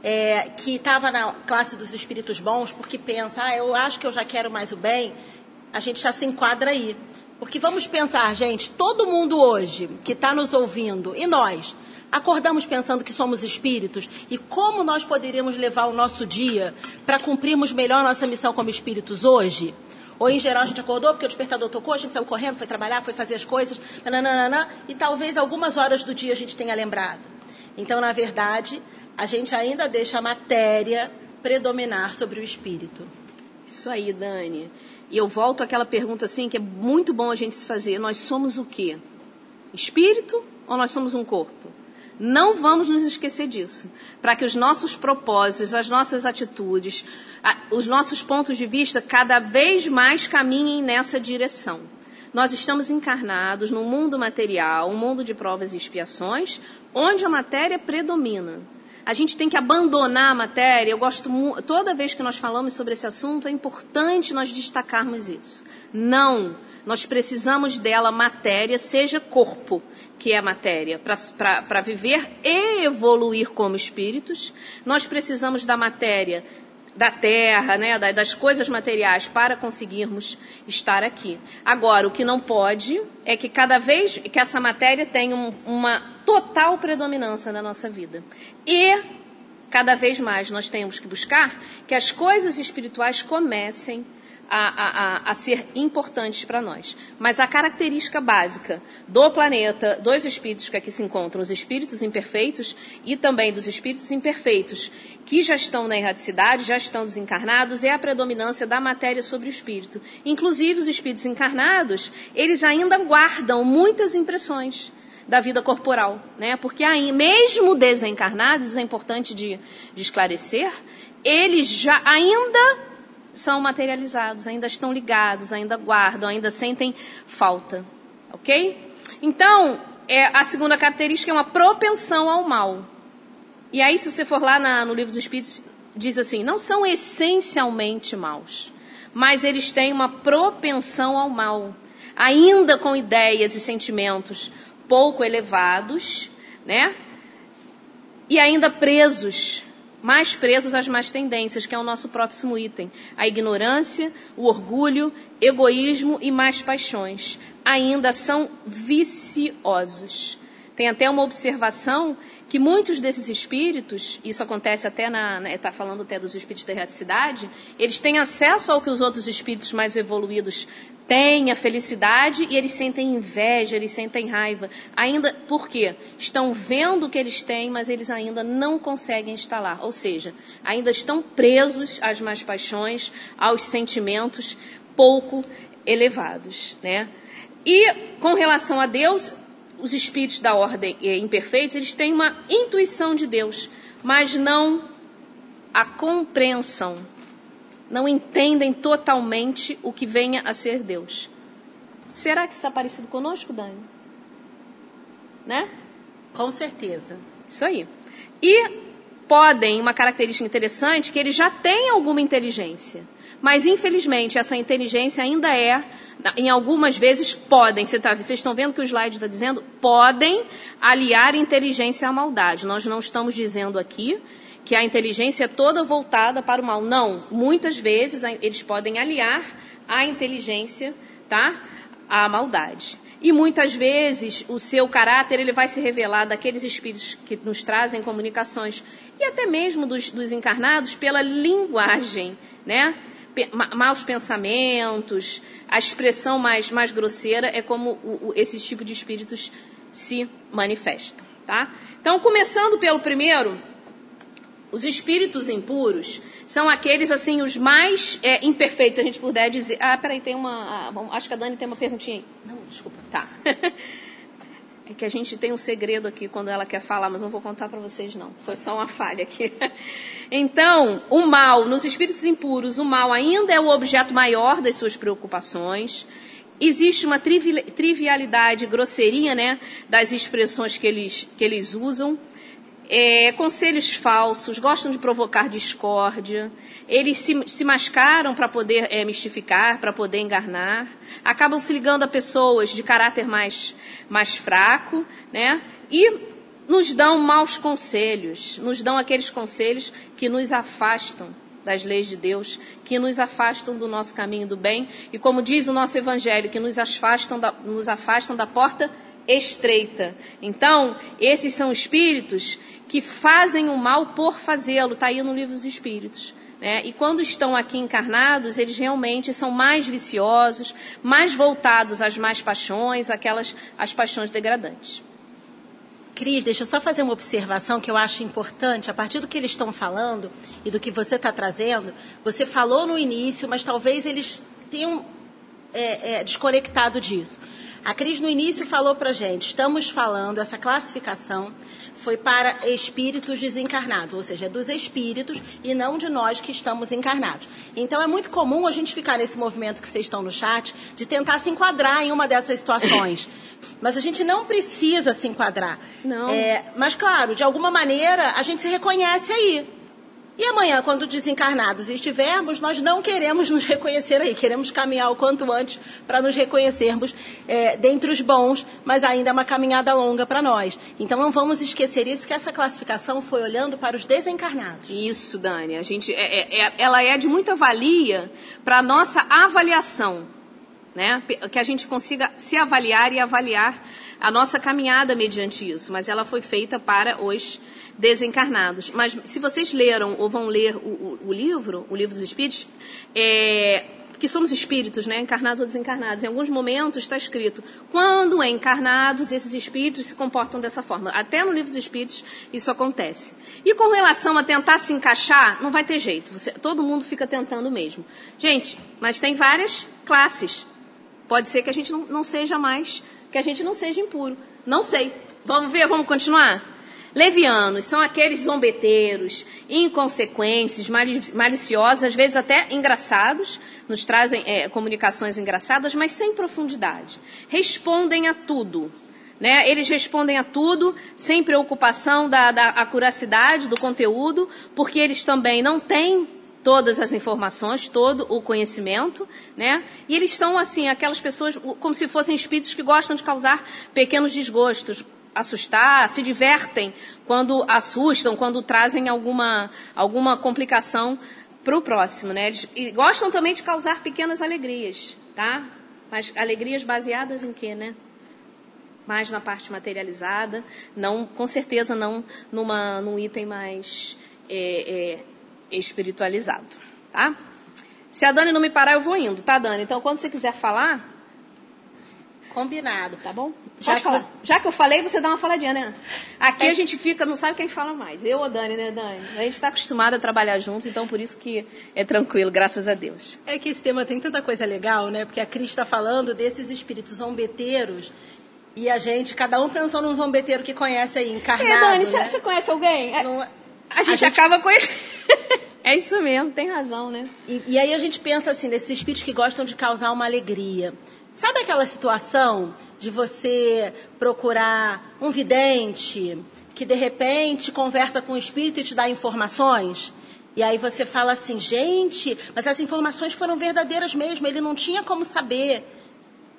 é, que estava na classe dos espíritos bons, porque pensa, ah, eu acho que eu já quero mais o bem, a gente já se enquadra aí. Porque vamos pensar, gente, todo mundo hoje que está nos ouvindo, e nós, acordamos pensando que somos espíritos, e como nós poderíamos levar o nosso dia para cumprirmos melhor nossa missão como espíritos hoje? Ou, em geral, a gente acordou porque o despertador tocou, a gente saiu correndo, foi trabalhar, foi fazer as coisas, nananana, e talvez algumas horas do dia a gente tenha lembrado. Então, na verdade, a gente ainda deixa a matéria predominar sobre o espírito. Isso aí, Dani. E eu volto àquela pergunta assim, que é muito bom a gente se fazer. Nós somos o quê? Espírito ou nós somos um corpo? Não vamos nos esquecer disso, para que os nossos propósitos, as nossas atitudes, os nossos pontos de vista cada vez mais caminhem nessa direção. Nós estamos encarnados num mundo material, um mundo de provas e expiações, onde a matéria predomina. A gente tem que abandonar a matéria. Eu gosto muito, toda vez que nós falamos sobre esse assunto, é importante nós destacarmos isso. Não, nós precisamos dela, matéria, seja corpo, que é a matéria, para viver e evoluir como espíritos. Nós precisamos da matéria, da terra, né, das coisas materiais para conseguirmos estar aqui. Agora, o que não pode é que cada vez que essa matéria tenha um, uma total predominância na nossa vida. E cada vez mais nós temos que buscar que as coisas espirituais comecem A, a, a ser importantes para nós. Mas a característica básica do planeta, dos espíritos que aqui se encontram, os espíritos imperfeitos e também dos espíritos imperfeitos que já estão na erradicidade, já estão desencarnados, é a predominância da matéria sobre o espírito. Inclusive, os espíritos encarnados, eles ainda guardam muitas impressões da vida corporal, né? Porque aí, mesmo desencarnados, é importante de, de esclarecer, eles já ainda são materializados, ainda estão ligados, ainda guardam, ainda sentem falta, ok? Então, é, a segunda característica é uma propensão ao mal. E aí, se você for lá na, no Livro dos Espíritos, diz assim, não são essencialmente maus, mas eles têm uma propensão ao mal, ainda com ideias e sentimentos pouco elevados, né? E ainda presos, mais presos às más tendências, que é o nosso próximo item. A ignorância, o orgulho, egoísmo e más paixões. Ainda são viciosos. Tem até uma observação que muitos desses espíritos, isso acontece até na, né, está falando até dos espíritos da erraticidade, eles têm acesso ao que os outros espíritos mais evoluídos têm, a felicidade, e eles sentem inveja, eles sentem raiva. Ainda, por quê? Estão vendo o que eles têm, mas eles ainda não conseguem instalar. Ou seja, ainda estão presos às más paixões, aos sentimentos pouco elevados, né? E com relação a Deus, os espíritos da ordem imperfeitos, eles têm uma intuição de Deus, mas não a compreensão. Não entendem totalmente o que venha a ser Deus. Será que está parecido conosco, Dani? Né? Com certeza. Isso aí. E podem, uma característica interessante, que eles já têm alguma inteligência. Mas, infelizmente, essa inteligência ainda é Em algumas vezes podem, você tá, vocês estão vendo que o slide está dizendo, podem aliar inteligência à maldade. Nós não estamos dizendo aqui que a inteligência é toda voltada para o mal. Não, muitas vezes eles podem aliar a inteligência, tá, à maldade. E muitas vezes o seu caráter ele vai se revelar daqueles espíritos que nos trazem comunicações e até mesmo dos, dos encarnados pela linguagem, né? Maus pensamentos, a expressão mais, mais grosseira é como o, o, esse tipo de espíritos se manifestam, tá? Então, começando pelo primeiro, os espíritos impuros são aqueles, assim, os mais é, imperfeitos, se a gente puder dizer. Ah, peraí, tem uma... Ah, acho que a Dani tem uma perguntinha aí. Não, desculpa. Tá. É que a gente tem um segredo aqui quando ela quer falar, mas não vou contar para vocês, não. Foi só uma falha aqui. Então, o mal, nos espíritos impuros, o mal ainda é o objeto maior das suas preocupações. Existe uma trivi- trivialidade, grosseirinha, né, das expressões que eles, que eles usam. É, conselhos falsos, gostam de provocar discórdia, eles se, se mascaram para poder é, mistificar, para poder enganar, acabam se ligando a pessoas de caráter mais, mais fraco, né? E nos dão maus conselhos, nos dão aqueles conselhos que nos afastam das leis de Deus, que nos afastam do nosso caminho do bem, e como diz o nosso Evangelho, que nos afastam da, nos afastam da porta estreita. Então, esses são espíritos que fazem o mal por fazê-lo, está aí no livro dos Espíritos. Né? E quando estão aqui encarnados, eles realmente são mais viciosos, mais voltados às más paixões, aquelas as paixões degradantes. Cris, deixa eu só fazer uma observação que eu acho importante. A partir do que eles estão falando e do que você está trazendo, você falou no início, mas talvez eles tenham é, é, desconectado disso. A Cris, no início, falou para a gente, estamos falando, essa classificação foi para espíritos desencarnados, ou seja, é dos espíritos e não de nós que estamos encarnados. Então, é muito comum a gente ficar nesse movimento que vocês estão no chat, de tentar se enquadrar em uma dessas situações. Mas a gente não precisa se enquadrar. Não. É, mas, claro, de alguma maneira, a gente se reconhece aí. E amanhã, quando desencarnados estivermos, nós não queremos nos reconhecer aí, queremos caminhar o quanto antes para nos reconhecermos é, dentre os bons, mas ainda é uma caminhada longa para nós. Então, não vamos esquecer isso, que essa classificação foi olhando para os desencarnados. Isso, Dani. A gente, é, é, ela é de muita valia para a nossa avaliação, né? Que a gente consiga se avaliar e avaliar a nossa caminhada mediante isso, mas ela foi feita para os desencarnados. Mas se vocês leram ou vão ler o, o, o livro, o livro dos Espíritos, é, que somos espíritos, né, encarnados ou desencarnados, em alguns momentos está escrito, quando encarnados esses espíritos se comportam dessa forma. Até no livro dos Espíritos isso acontece. E com relação a tentar se encaixar, não vai ter jeito, você, todo mundo fica tentando mesmo. Gente, mas tem várias classes. Pode ser que a gente não, não seja mais, que a gente não seja impuro. Não sei. Vamos ver, vamos continuar? Levianos são aqueles zombeteiros, inconsequentes, maliciosos, às vezes até engraçados, nos trazem é, comunicações engraçadas, mas sem profundidade. Respondem a tudo, né? Eles respondem a tudo, sem preocupação da, da acuracidade do conteúdo, porque eles também não têm todas as informações, todo o conhecimento, né? E eles são, assim, aquelas pessoas como se fossem espíritos que gostam de causar pequenos desgostos, assustar, se divertem quando assustam, quando trazem alguma, alguma complicação para o próximo, né? Eles, e gostam também de causar pequenas alegrias, tá? Mas alegrias baseadas em quê, né? Mais na parte materializada, não, com certeza não numa, num item mais é, é, espiritualizado, tá? Se a Dani não me parar, eu vou indo, tá, Dani? Então, quando você quiser falar... Combinado. Tá bom? Já que, falar. você... Já que eu falei, você dá uma faladinha, né? Aqui é... a gente fica, não sabe quem fala mais. Eu ou Dani, né, Dani? A gente está acostumado a trabalhar junto, então por isso que é tranquilo, graças a Deus. É que esse tema tem tanta coisa legal, né? Porque a Cris está falando desses espíritos zombeteiros e a gente, cada um pensou num zombeteiro que conhece aí, encarnado, É, Dani, né? você conhece alguém? Não... A, gente a gente acaba conhecendo. É isso mesmo, tem razão, né? E, e aí a gente pensa assim, desses espíritos que gostam de causar uma alegria. Sabe aquela situação de você procurar um vidente que, de repente, conversa com o espírito e te dá informações? E aí você fala assim, gente, mas as informações foram verdadeiras mesmo, ele não tinha como saber.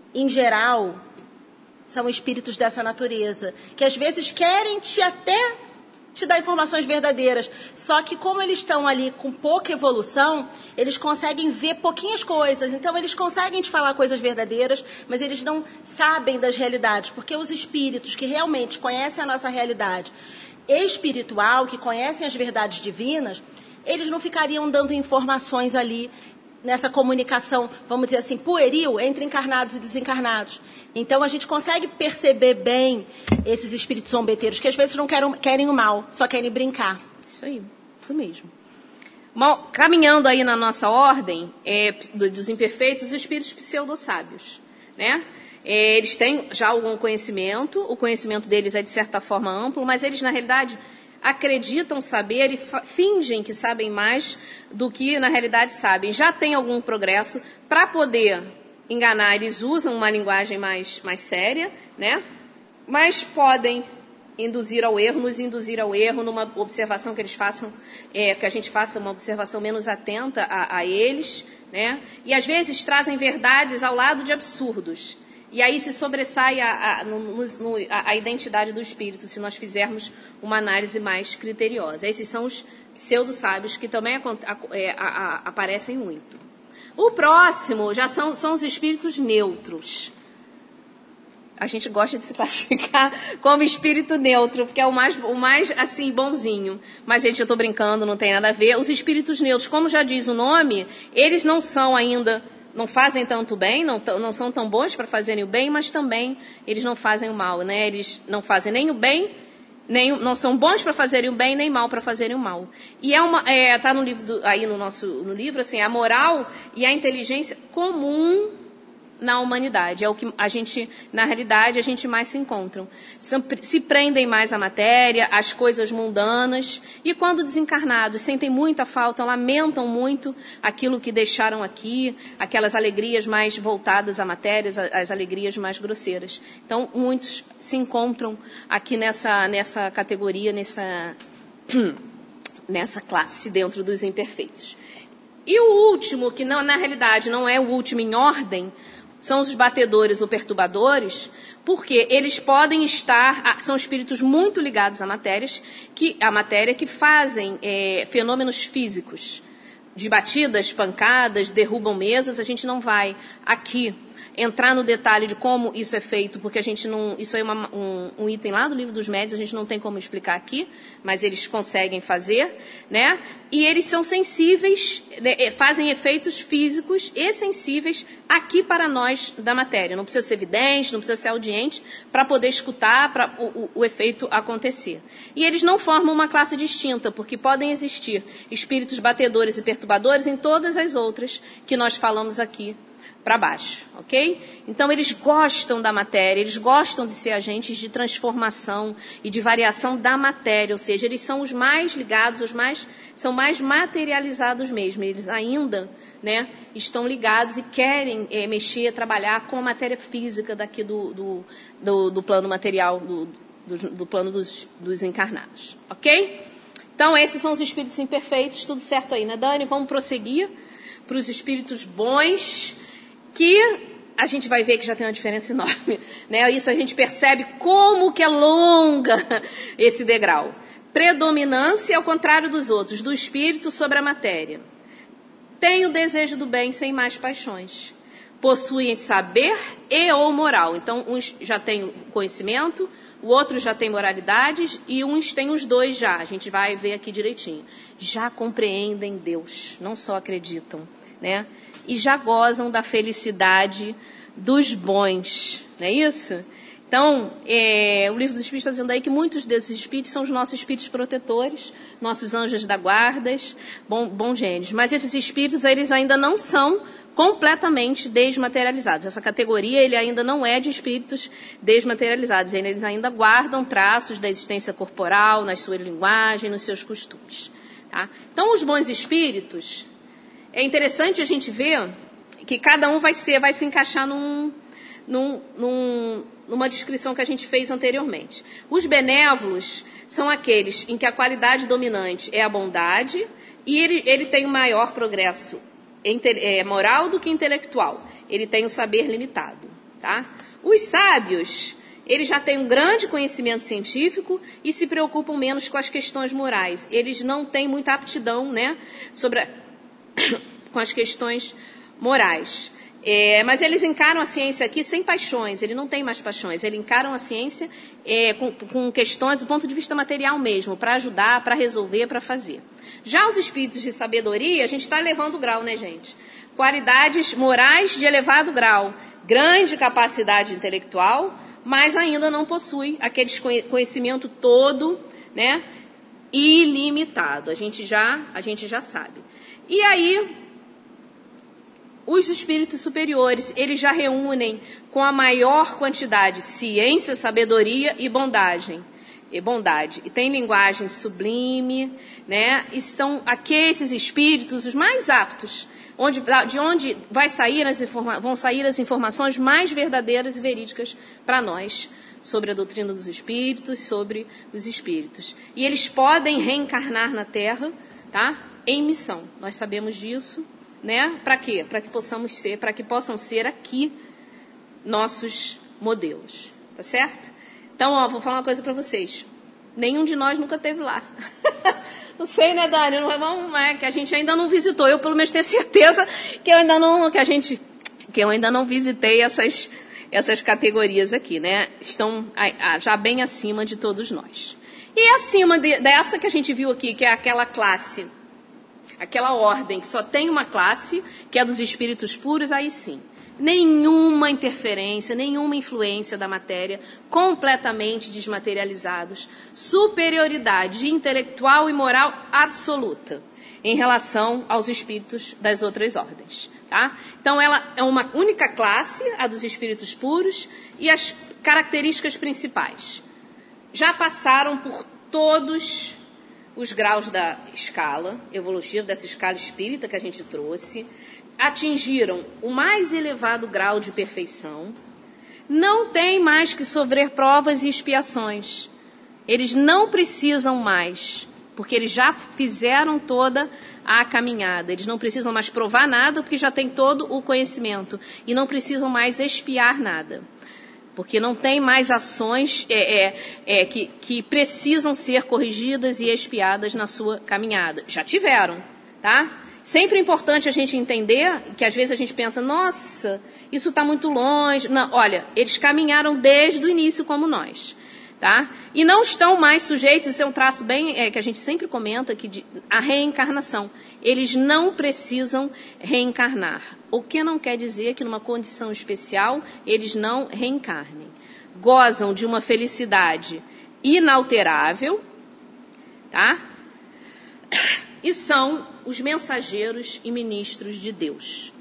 em geral, são espíritos dessa natureza, que às vezes querem te até te dar informações verdadeiras, só que como eles estão ali com pouca evolução, eles conseguem ver pouquinhas coisas, então eles conseguem te falar coisas verdadeiras, mas eles não sabem das realidades, porque os espíritos que realmente conhecem a nossa realidade espiritual, que conhecem as verdades divinas, eles não ficariam dando informações ali nessa comunicação, vamos dizer assim, pueril entre encarnados e desencarnados. Então, a gente consegue perceber bem esses espíritos zombeteiros, que às vezes não querem, querem o mal, só querem brincar. Isso aí, isso mesmo. Bom, caminhando aí na nossa ordem é, dos imperfeitos, os espíritos pseudo-sábios, né? É, eles têm já algum conhecimento, o conhecimento deles é de certa forma amplo, mas eles, na realidade, acreditam saber e fingem que sabem mais do que na realidade sabem. Já tem algum progresso para poder enganar, eles usam uma linguagem mais, mais séria, né? Mas podem induzir ao erro, nos induzir ao erro numa observação que eles façam, é, que a gente faça uma observação menos atenta a, a eles, né? E às vezes trazem verdades ao lado de absurdos. E aí se sobressai a, a, no, no, a, a identidade do espírito, se nós fizermos uma análise mais criteriosa. Esses são os pseudo-sábios que também a, a, a, aparecem muito. O próximo já são, são os espíritos neutros. A gente gosta de se classificar como espírito neutro, porque é o mais, o mais assim, bonzinho. Mas, gente, eu estou brincando, não tem nada a ver. Os espíritos neutros, como já diz o nome, eles não são ainda... não fazem tanto bem, não, não são tão bons para fazerem o bem, mas também eles não fazem o mal, né? Eles não fazem nem o bem, nem, não são bons para fazerem o bem, nem mal para fazerem o mal. E é uma, é, tá no livro do, aí no nosso no livro, assim, a moral e a inteligência comum na humanidade. É o que a gente, na realidade, a gente mais se encontram. Se prendem mais à matéria, às coisas mundanas, e quando desencarnados, sentem muita falta, lamentam muito aquilo que deixaram aqui, aquelas alegrias mais voltadas à matéria, as alegrias mais grosseiras. Então, muitos se encontram aqui nessa, nessa categoria, nessa, nessa classe dentro dos imperfeitos. E o último, que não, na realidade não é o último em ordem, são os batedores ou perturbadores, porque eles podem estar, são espíritos muito ligados a matérias, que, a matéria que fazem é, fenômenos físicos, de batidas, pancadas, derrubam mesas. A gente não vai aqui entrar no detalhe de como isso é feito, porque a gente não, isso é uma, um, um item lá do livro dos médiuns, a gente não tem como explicar aqui, mas eles conseguem fazer, né? E eles são sensíveis, né, fazem efeitos físicos e sensíveis aqui para nós da matéria. Não precisa ser vidente, não precisa ser audiente para poder escutar, para o, o, o efeito acontecer. E eles não formam uma classe distinta, porque podem existir espíritos batedores e perturbadores em todas as outras que nós falamos aqui para baixo, ok? Então, eles gostam da matéria, eles gostam de ser agentes de transformação e de variação da matéria, ou seja, eles são os mais ligados, os mais, são mais materializados mesmo, eles ainda, né, estão ligados e querem é, mexer, trabalhar com a matéria física daqui do, do, do, do plano material, do, do, do plano dos, dos encarnados, ok? Então, esses são os espíritos imperfeitos, tudo certo aí, né, Dani? Vamos prosseguir para os espíritos bons, que a gente vai ver que já tem uma diferença enorme, né? Isso a gente percebe como que é longa esse degrau. Predominância ao contrário dos outros, do espírito sobre a matéria. Tem o desejo do bem sem mais paixões. Possuem saber e ou moral. Então, uns já têm conhecimento, o outro já tem moralidades e uns têm os dois já. A gente vai ver aqui direitinho. Já compreendem Deus, não só acreditam, né? E já gozam da felicidade dos bons, não é isso? Então, é, o livro dos Espíritos está dizendo aí que muitos desses espíritos são os nossos espíritos protetores, nossos anjos da guarda, bom, bons gênios. Mas esses espíritos, eles ainda não são completamente desmaterializados. Essa categoria, ele ainda não é de espíritos desmaterializados. Eles ainda guardam traços da existência corporal, na sua linguagem, nos seus costumes. Tá? Então, os bons espíritos... É interessante a gente ver que cada um vai ser, vai se encaixar num, num, num, numa descrição que a gente fez anteriormente. Os benévolos são aqueles em que a qualidade dominante é a bondade e ele, ele tem um maior progresso moral do que intelectual. Ele tem o saber limitado. tá? Os sábios, eles já têm um grande conhecimento científico e se preocupam menos com as questões morais. Eles não têm muita aptidão, né, sobre a... com as questões morais. É, mas eles encaram a ciência aqui sem paixões, ele não tem mais paixões, eles encaram a ciência é, com, com questões do ponto de vista material mesmo, para ajudar, para resolver, para fazer. Já os espíritos de sabedoria, a gente está elevando o grau, né, gente? Qualidades morais de elevado grau, grande capacidade intelectual, mas ainda não possui aquele conhecimento todo, né, ilimitado. A gente já, a gente já sabe. E aí, os espíritos superiores, eles já reúnem com a maior quantidade ciência, sabedoria e bondade. E bondade. E tem linguagem sublime, né? Estão aqueles espíritos os mais aptos, onde, de onde vai sair as informa- vão sair as informações mais verdadeiras e verídicas para nós, sobre a doutrina dos espíritos, sobre os espíritos. E eles podem reencarnar na Terra, tá? Em missão. Nós sabemos disso. Né? Para quê? Para que possamos ser, para que possam ser aqui nossos modelos, tá certo? Então, ó, vou falar uma coisa para vocês. Nenhum de nós nunca esteve lá. Não sei, né, Dani? Não é bom, é que a gente ainda não visitou. Eu, pelo menos, tenho certeza que eu ainda não, que a gente, que eu ainda não visitei essas, essas categorias aqui, né? Estão já bem acima de todos nós. E acima de, dessa que a gente viu aqui, que é aquela classe, aquela ordem que só tem uma classe, que é dos espíritos puros, aí sim. Nenhuma interferência, nenhuma influência da matéria, completamente desmaterializados. Superioridade intelectual e moral absoluta em relação aos espíritos das outras ordens. Tá? Então, ela é uma única classe, a dos espíritos puros, e as características principais. Já passaram por todos os graus da escala evolutiva, dessa escala espírita que a gente trouxe, atingiram o mais elevado grau de perfeição, não tem mais que sofrer provas e expiações. Eles não precisam mais, porque eles já fizeram toda a caminhada. Eles não precisam mais provar nada, porque já têm todo o conhecimento. E não precisam mais expiar nada. Porque não tem mais ações é, é, é, que, que precisam ser corrigidas e expiadas na sua caminhada. Já tiveram, tá? Sempre é importante a gente entender que às vezes a gente pensa, nossa, isso está muito longe. Não, olha, eles caminharam desde o início como nós, tá? E não estão mais sujeitos, isso é um traço bem é, que a gente sempre comenta, que de, a reencarnação. Eles não precisam reencarnar. O que não quer dizer que numa condição especial eles não reencarnem. Gozam de uma felicidade inalterável, tá? E são os mensageiros e ministros de Deus.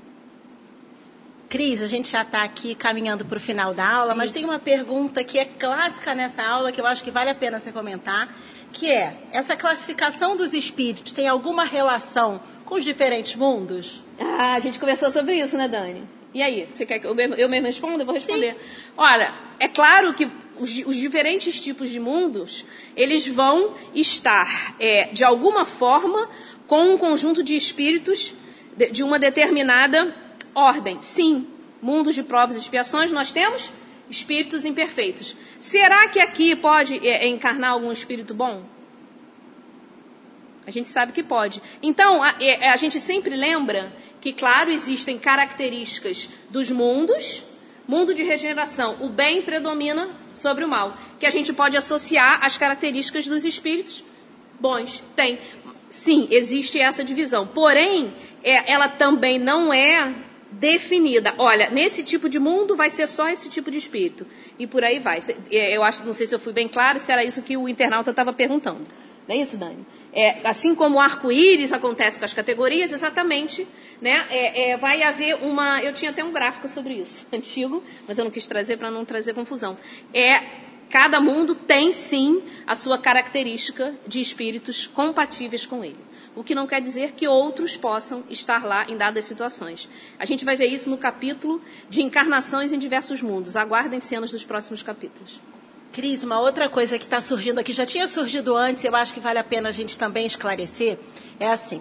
Cris, a gente já está aqui caminhando para o final da aula, mas tem uma pergunta que é clássica nessa aula, que eu acho que vale a pena você comentar, que é, essa classificação dos espíritos tem alguma relação com os diferentes mundos? Ah, a gente conversou sobre isso, né, Dani? E aí, você quer que eu mesmo, eu mesmo responda? Eu vou responder. Sim. Olha, é claro que os, os diferentes tipos de mundos, eles vão estar, é, de alguma forma, com um conjunto de espíritos de, de uma determinada ordem. Sim, mundos de provas e expiações, nós temos espíritos imperfeitos. Será que aqui pode é, encarnar algum espírito bom? A gente sabe que pode. Então, a, a gente sempre lembra que, claro, existem características dos mundos, mundo de regeneração, o bem predomina sobre o mal, que a gente pode associar às características dos espíritos bons. Tem. Sim, existe essa divisão. Porém, é, ela também não é definida. Olha, nesse tipo de mundo vai ser só esse tipo de espírito. E por aí vai. Eu acho, não sei se eu fui bem claro, se era isso que o internauta estava perguntando. Não é isso, Dani? É, assim como o arco-íris acontece com as categorias, exatamente, né? É, é, vai haver uma... Eu tinha até um gráfico sobre isso, antigo, mas eu não quis trazer para não trazer confusão. É, cada mundo tem, sim, a sua característica de espíritos compatíveis com ele. O que não quer dizer que outros possam estar lá em dadas situações. A gente vai ver isso no capítulo de encarnações em diversos mundos. Aguardem cenas dos próximos capítulos. Cris, uma outra coisa que está surgindo aqui, já tinha surgido antes, eu acho que vale a pena a gente também esclarecer, é assim,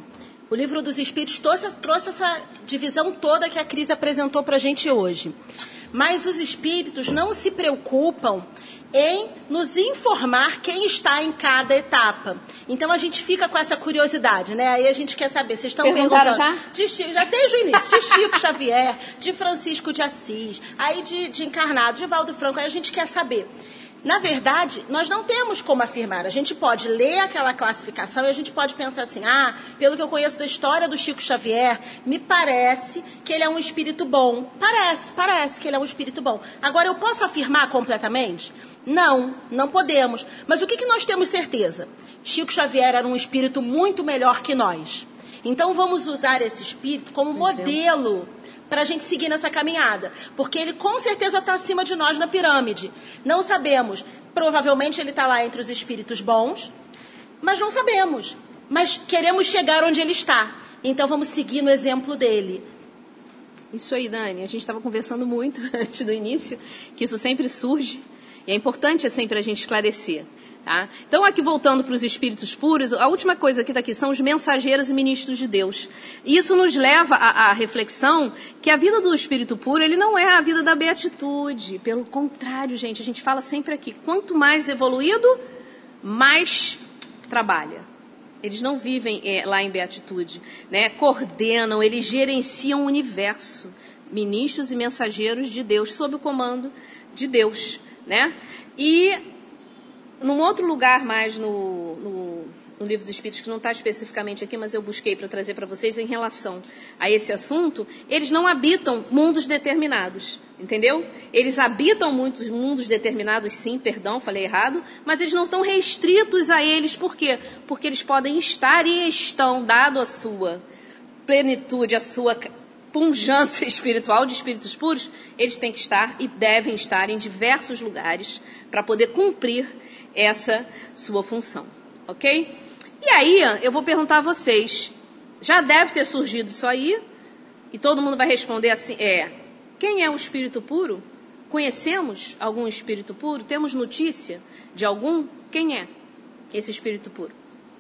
O Livro dos Espíritos trouxe, trouxe essa divisão toda que a Cris apresentou para a gente hoje. Mas os espíritos não se preocupam em nos informar quem está em cada etapa. Então a gente fica com essa curiosidade, né? Aí a gente quer saber, vocês estão perguntando já? De, já desde o início, de Chico Xavier, de Francisco de Assis, aí de, de Encarnado, de Valdo Franco, aí a gente quer saber. Na verdade, nós não temos como afirmar. A gente pode ler aquela classificação e a gente pode pensar assim, ah, pelo que eu conheço da história do Chico Xavier, me parece que ele é um espírito bom. Parece, parece que ele é um espírito bom. Agora, eu posso afirmar completamente? Não, não podemos. Mas o que, que nós temos certeza? Chico Xavier era um espírito muito melhor que nós. Então, vamos usar esse espírito como modelo para a gente seguir nessa caminhada. Porque ele com certeza está acima de nós na pirâmide. Não sabemos. Provavelmente ele está lá entre os espíritos bons, mas não sabemos. Mas queremos chegar onde ele está. Então vamos seguir no exemplo dele. Isso aí, Dani. A gente estava conversando muito antes do início, que isso sempre surge. E é importante sempre a gente esclarecer. Tá? Então, aqui voltando para os espíritos puros, a última coisa que está aqui são os mensageiros e ministros de Deus. E isso nos leva à, à reflexão que a vida do espírito puro, ele não é a vida da beatitude. Pelo contrário, gente, a gente fala sempre aqui, quanto mais evoluído, mais trabalha. Eles não vivem é, lá em beatitude, né? Coordenam, eles gerenciam o universo. Ministros e mensageiros de Deus, sob o comando de Deus, né? E num outro lugar mais no, no, no Livro dos Espíritos, que não está especificamente aqui, mas eu busquei para trazer para vocês em relação a esse assunto, eles não habitam mundos determinados, entendeu? Eles habitam muitos mundos determinados, sim, perdão, falei errado, mas eles não estão restritos a eles, por quê? Porque eles podem estar e estão, dado a sua plenitude, a sua pungência espiritual de espíritos puros, eles têm que estar e devem estar em diversos lugares para poder cumprir essa sua função, ok? E aí, eu vou perguntar a vocês, já deve ter surgido isso aí, e todo mundo vai responder assim, é, quem é o espírito puro? Conhecemos algum espírito puro? Temos notícia de algum? Quem é esse espírito puro?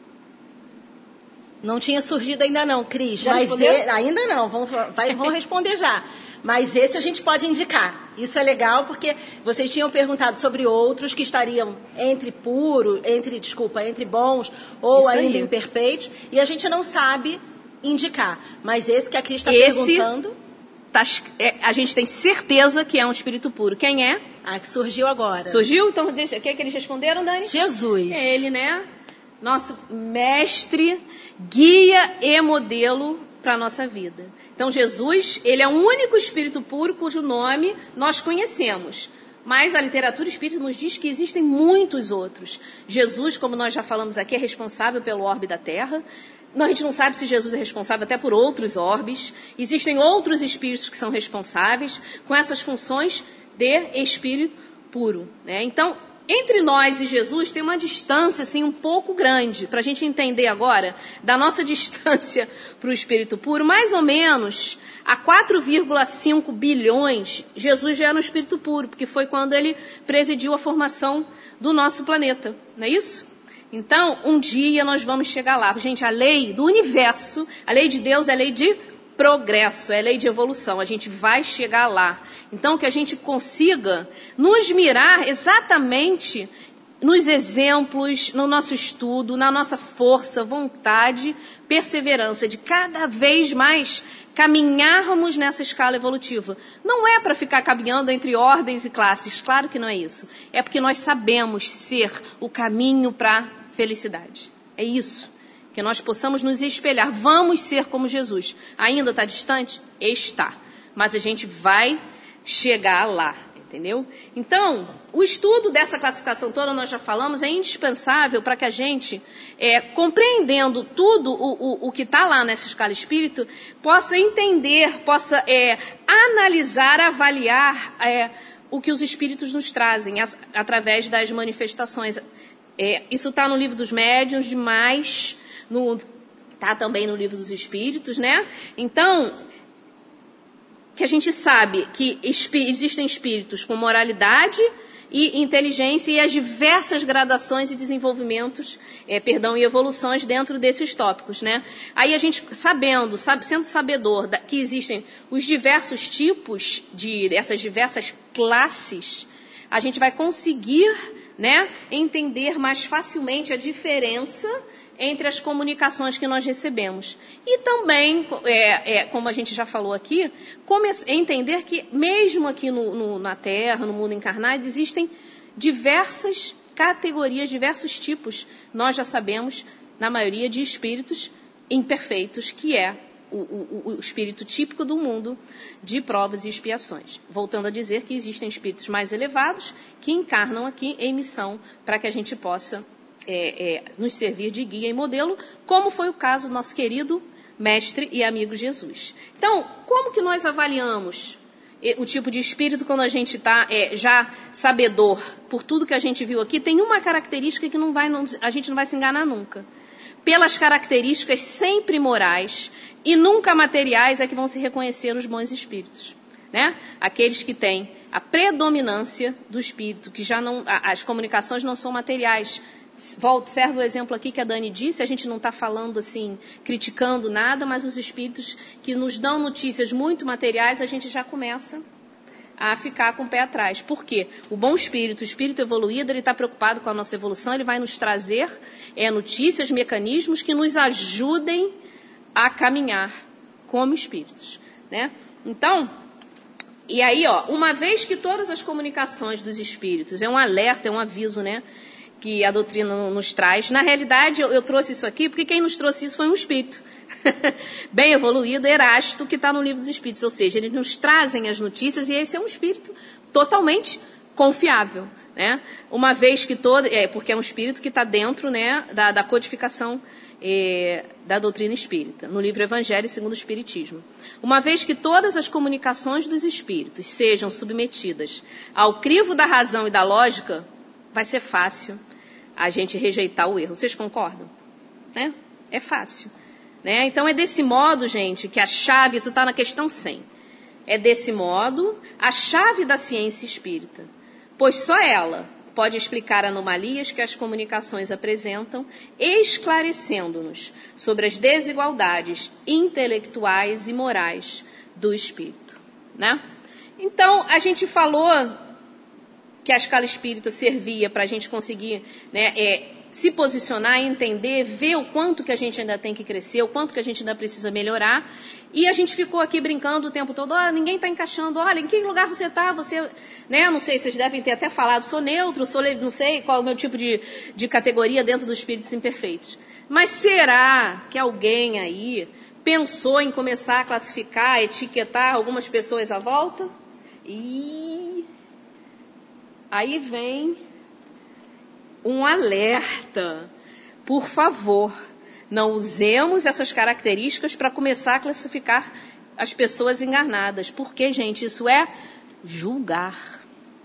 Não tinha surgido ainda não, Cris, já mas ele, ainda não, vamos, vai, vamos responder já. Mas esse a gente pode indicar. Isso é legal porque vocês tinham perguntado sobre outros que estariam entre puro, entre, desculpa, entre bons ou Isso ainda aí. imperfeitos, e a gente não sabe indicar. Mas esse que a Cris está perguntando... Tá, é, a gente tem certeza que é um espírito puro. Quem é? Ah, que surgiu agora. Surgiu? Então, deixa, o que, é que eles responderam, Dani? Jesus. É ele, né? Nosso mestre, guia e modelo para a nossa vida. Então, Jesus, ele é o único espírito puro cujo nome nós conhecemos. Mas a literatura espírita nos diz que existem muitos outros. Jesus, como nós já falamos aqui, é responsável pelo orbe da Terra. A gente não sabe se Jesus é responsável até por outros orbes. Existem outros espíritos que são responsáveis com essas funções de espírito puro, né? Então, entre nós e Jesus tem uma distância assim, um pouco grande, para a gente entender agora, da nossa distância para o Espírito Puro, mais ou menos a quatro vírgula cinco bilhões, Jesus já era no Espírito Puro, porque foi quando ele presidiu a formação do nosso planeta, não é isso? Então, um dia nós vamos chegar lá. Gente, a lei do universo, a lei de Deus é a lei de progresso, é lei de evolução, a gente vai chegar lá. Então, que a gente consiga nos mirar exatamente nos exemplos, no nosso estudo, na nossa força, vontade, perseverança, de cada vez mais caminharmos nessa escala evolutiva. Não é para ficar caminhando entre ordens e classes, claro que não é isso. É porque nós sabemos ser o caminho para a felicidade. É isso. Que nós possamos nos espelhar. Vamos ser como Jesus. Ainda está distante? Está. Mas a gente vai chegar lá, entendeu? Então, o estudo dessa classificação toda, nós já falamos, é indispensável para que a gente, é, compreendendo tudo o, o, o que está lá nessa escala espírita, possa entender, possa é, analisar, avaliar é, o que os espíritos nos trazem as, através das manifestações. É, isso está no Livro dos Médiuns demais. Está também no Livro dos Espíritos, né? Então, que a gente sabe que espí- existem espíritos com moralidade e inteligência e as diversas gradações e desenvolvimentos, é, perdão, e evoluções dentro desses tópicos, né? Aí a gente, sabendo, sabe, sendo sabedor da, que existem os diversos tipos de, essas diversas classes, a gente vai conseguir, né, entender mais facilmente a diferença entre as comunicações que nós recebemos. E também, é, é, como a gente já falou aqui, entender que mesmo aqui no, no, na Terra, no mundo encarnado, existem diversas categorias, diversos tipos, nós já sabemos, na maioria, de espíritos imperfeitos, que é o, o, o espírito típico do mundo de provas e expiações. Voltando a dizer que existem espíritos mais elevados que encarnam aqui em missão para que a gente possa É, é, nos servir de guia e modelo, como foi o caso do nosso querido mestre e amigo Jesus. Então, como que nós avaliamos o tipo de espírito quando a gente está é, já sabedor por tudo que a gente viu aqui? Tem uma característica que não vai, não, a gente não vai se enganar nunca. Pelas características sempre morais e nunca materiais é que vão se reconhecer os bons espíritos, né? Aqueles que têm a predominância do espírito, que já não, as comunicações não são materiais. Volto, serve o exemplo aqui que a Dani disse, a gente não está falando assim, criticando nada, mas os espíritos que nos dão notícias muito materiais, a gente já começa a ficar com o pé atrás. Por quê? O bom espírito, o espírito evoluído, ele está preocupado com a nossa evolução, ele vai nos trazer é, notícias, mecanismos que nos ajudem a caminhar como espíritos, né? Então, e aí, ó, uma vez que todas as comunicações dos espíritos, é um alerta, é um aviso, né, que a doutrina nos traz. Na realidade, eu, eu trouxe isso aqui porque quem nos trouxe isso foi um espírito bem evoluído, Erasto, que está no Livro dos Espíritos. Ou seja, eles nos trazem as notícias e esse é um espírito totalmente confiável, né? Uma vez que todo... É, porque é um espírito que está dentro, né, da, da codificação é, da doutrina espírita, no livro Evangelho segundo o Espiritismo. Uma vez que todas as comunicações dos espíritos sejam submetidas ao crivo da razão e da lógica, vai ser fácil a gente rejeitar o erro. Vocês concordam? Né? É fácil. Né? Então, é desse modo, gente, que a chave, isso está na questão cem, é desse modo a chave da ciência espírita, pois só ela pode explicar anomalias que as comunicações apresentam, esclarecendo-nos sobre as desigualdades intelectuais e morais do espírito. Né? Então, a gente falou que a escala espírita servia para a gente conseguir, né, é, se posicionar, entender, ver o quanto que a gente ainda tem que crescer, o quanto que a gente ainda precisa melhorar. E a gente ficou aqui brincando o tempo todo, oh, ninguém está encaixando, olha, em que lugar você está? Você, né, não sei, vocês devem ter até falado, sou neutro, sou, não sei qual é o meu tipo de, de categoria dentro dos espíritos imperfeitos. Mas será que alguém aí pensou em começar a classificar, etiquetar algumas pessoas à volta? E aí vem um alerta. Por favor, não usemos essas características para começar a classificar as pessoas enganadas. Porque, gente, isso é julgar.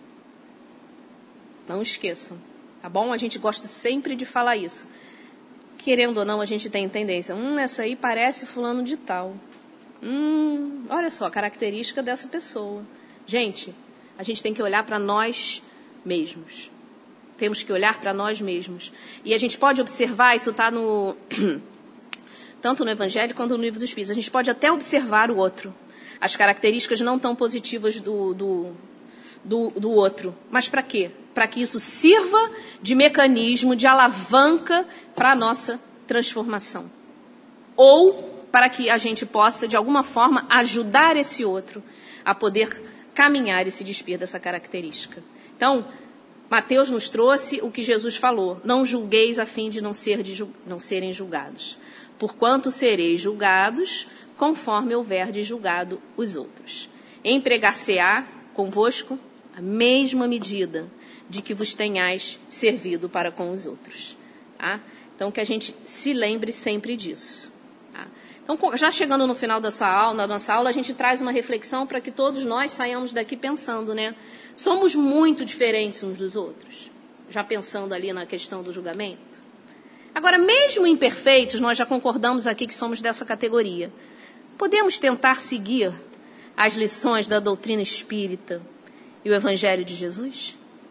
Não esqueçam, tá bom? A gente gosta sempre de falar isso. Querendo ou não, a gente tem tendência. Hum, essa aí parece fulano de tal. Hum, olha só a característica dessa pessoa. Gente, a gente tem que olhar para nós mesmos. Temos que olhar para nós mesmos. E a gente pode observar, isso está no... tanto no Evangelho quanto no Livro dos Espíritos. A gente pode até observar o outro. As características não tão positivas do, do, do, do outro. Mas para quê? Para que isso sirva de mecanismo, de alavanca para a nossa transformação. Ou para que a gente possa, de alguma forma, ajudar esse outro a poder caminhar e se despir dessa característica. Então, Mateus nos trouxe o que Jesus falou. Não julgueis a fim de não, ser de ju- não serem julgados. Porquanto sereis julgados, conforme houver de julgado os outros. Empregar-se-á convosco a mesma medida de que vos tenhais servido para com os outros. Tá? Então, que a gente se lembre sempre disso. Tá? Então, já chegando no final dessa aula, na nossa aula, a gente traz uma reflexão para que todos nós saiamos daqui pensando, né? Somos muito diferentes uns dos outros, já pensando ali na questão do julgamento. Agora, mesmo imperfeitos, nós já concordamos aqui que somos dessa categoria. Podemos tentar seguir as lições da doutrina espírita e o Evangelho de Jesus?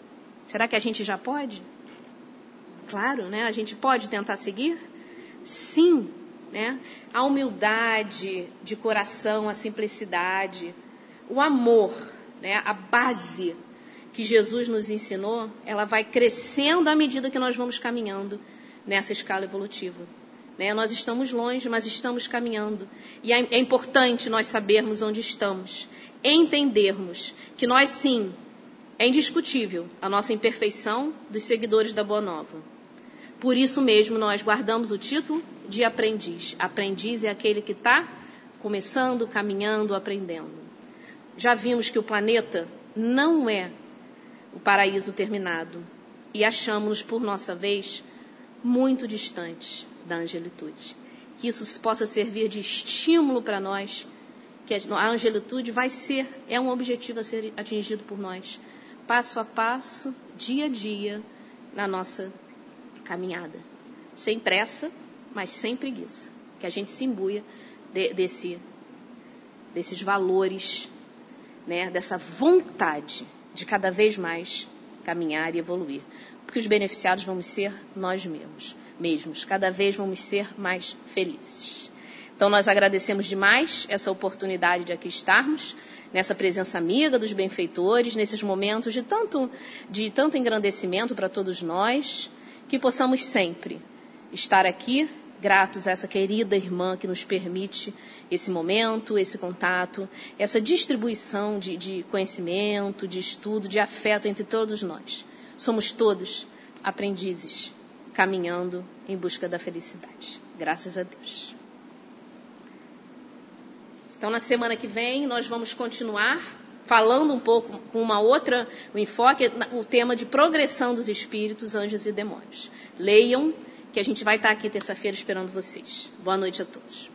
Será que a gente já pode? Claro, né? A gente pode tentar seguir? Sim, né? A humildade de coração, a simplicidade, o amor, né? A base que Jesus nos ensinou, ela vai crescendo à medida que nós vamos caminhando nessa escala evolutiva. Né? Nós estamos longe, mas estamos caminhando. E é, é importante nós sabermos onde estamos, entendermos que nós, sim, é indiscutível a nossa imperfeição dos seguidores da Boa Nova. Por isso mesmo nós guardamos o título de aprendiz. Aprendiz é aquele que está começando, caminhando, aprendendo. Já vimos que o planeta não é o paraíso terminado e achamos-nos, por nossa vez, muito distantes da angelitude. Que isso possa servir de estímulo para nós, que a angelitude vai ser, é um objetivo a ser atingido por nós, passo a passo, dia a dia, na nossa caminhada. Sem pressa, mas sem preguiça. Que a gente se imbuia de, desse, desses valores, né, dessa vontade de cada vez mais caminhar e evoluir. Porque os beneficiados vamos ser nós mesmos. mesmos. Cada vez vamos ser mais felizes. Então, nós agradecemos demais essa oportunidade de aqui estarmos, nessa presença amiga dos benfeitores, nesses momentos de tanto, de tanto engrandecimento para todos nós, que possamos sempre estar aqui, gratos a essa querida irmã que nos permite esse momento, esse contato, essa distribuição de, de conhecimento, de estudo, de afeto entre todos nós. Somos todos aprendizes, caminhando em busca da felicidade. Graças a Deus. Então, na semana que vem, nós vamos continuar falando um pouco com uma outra, o enfoque, o tema de progressão dos espíritos, anjos e demônios. Leiam, que a gente vai estar aqui terça-feira esperando vocês. Boa noite a todos.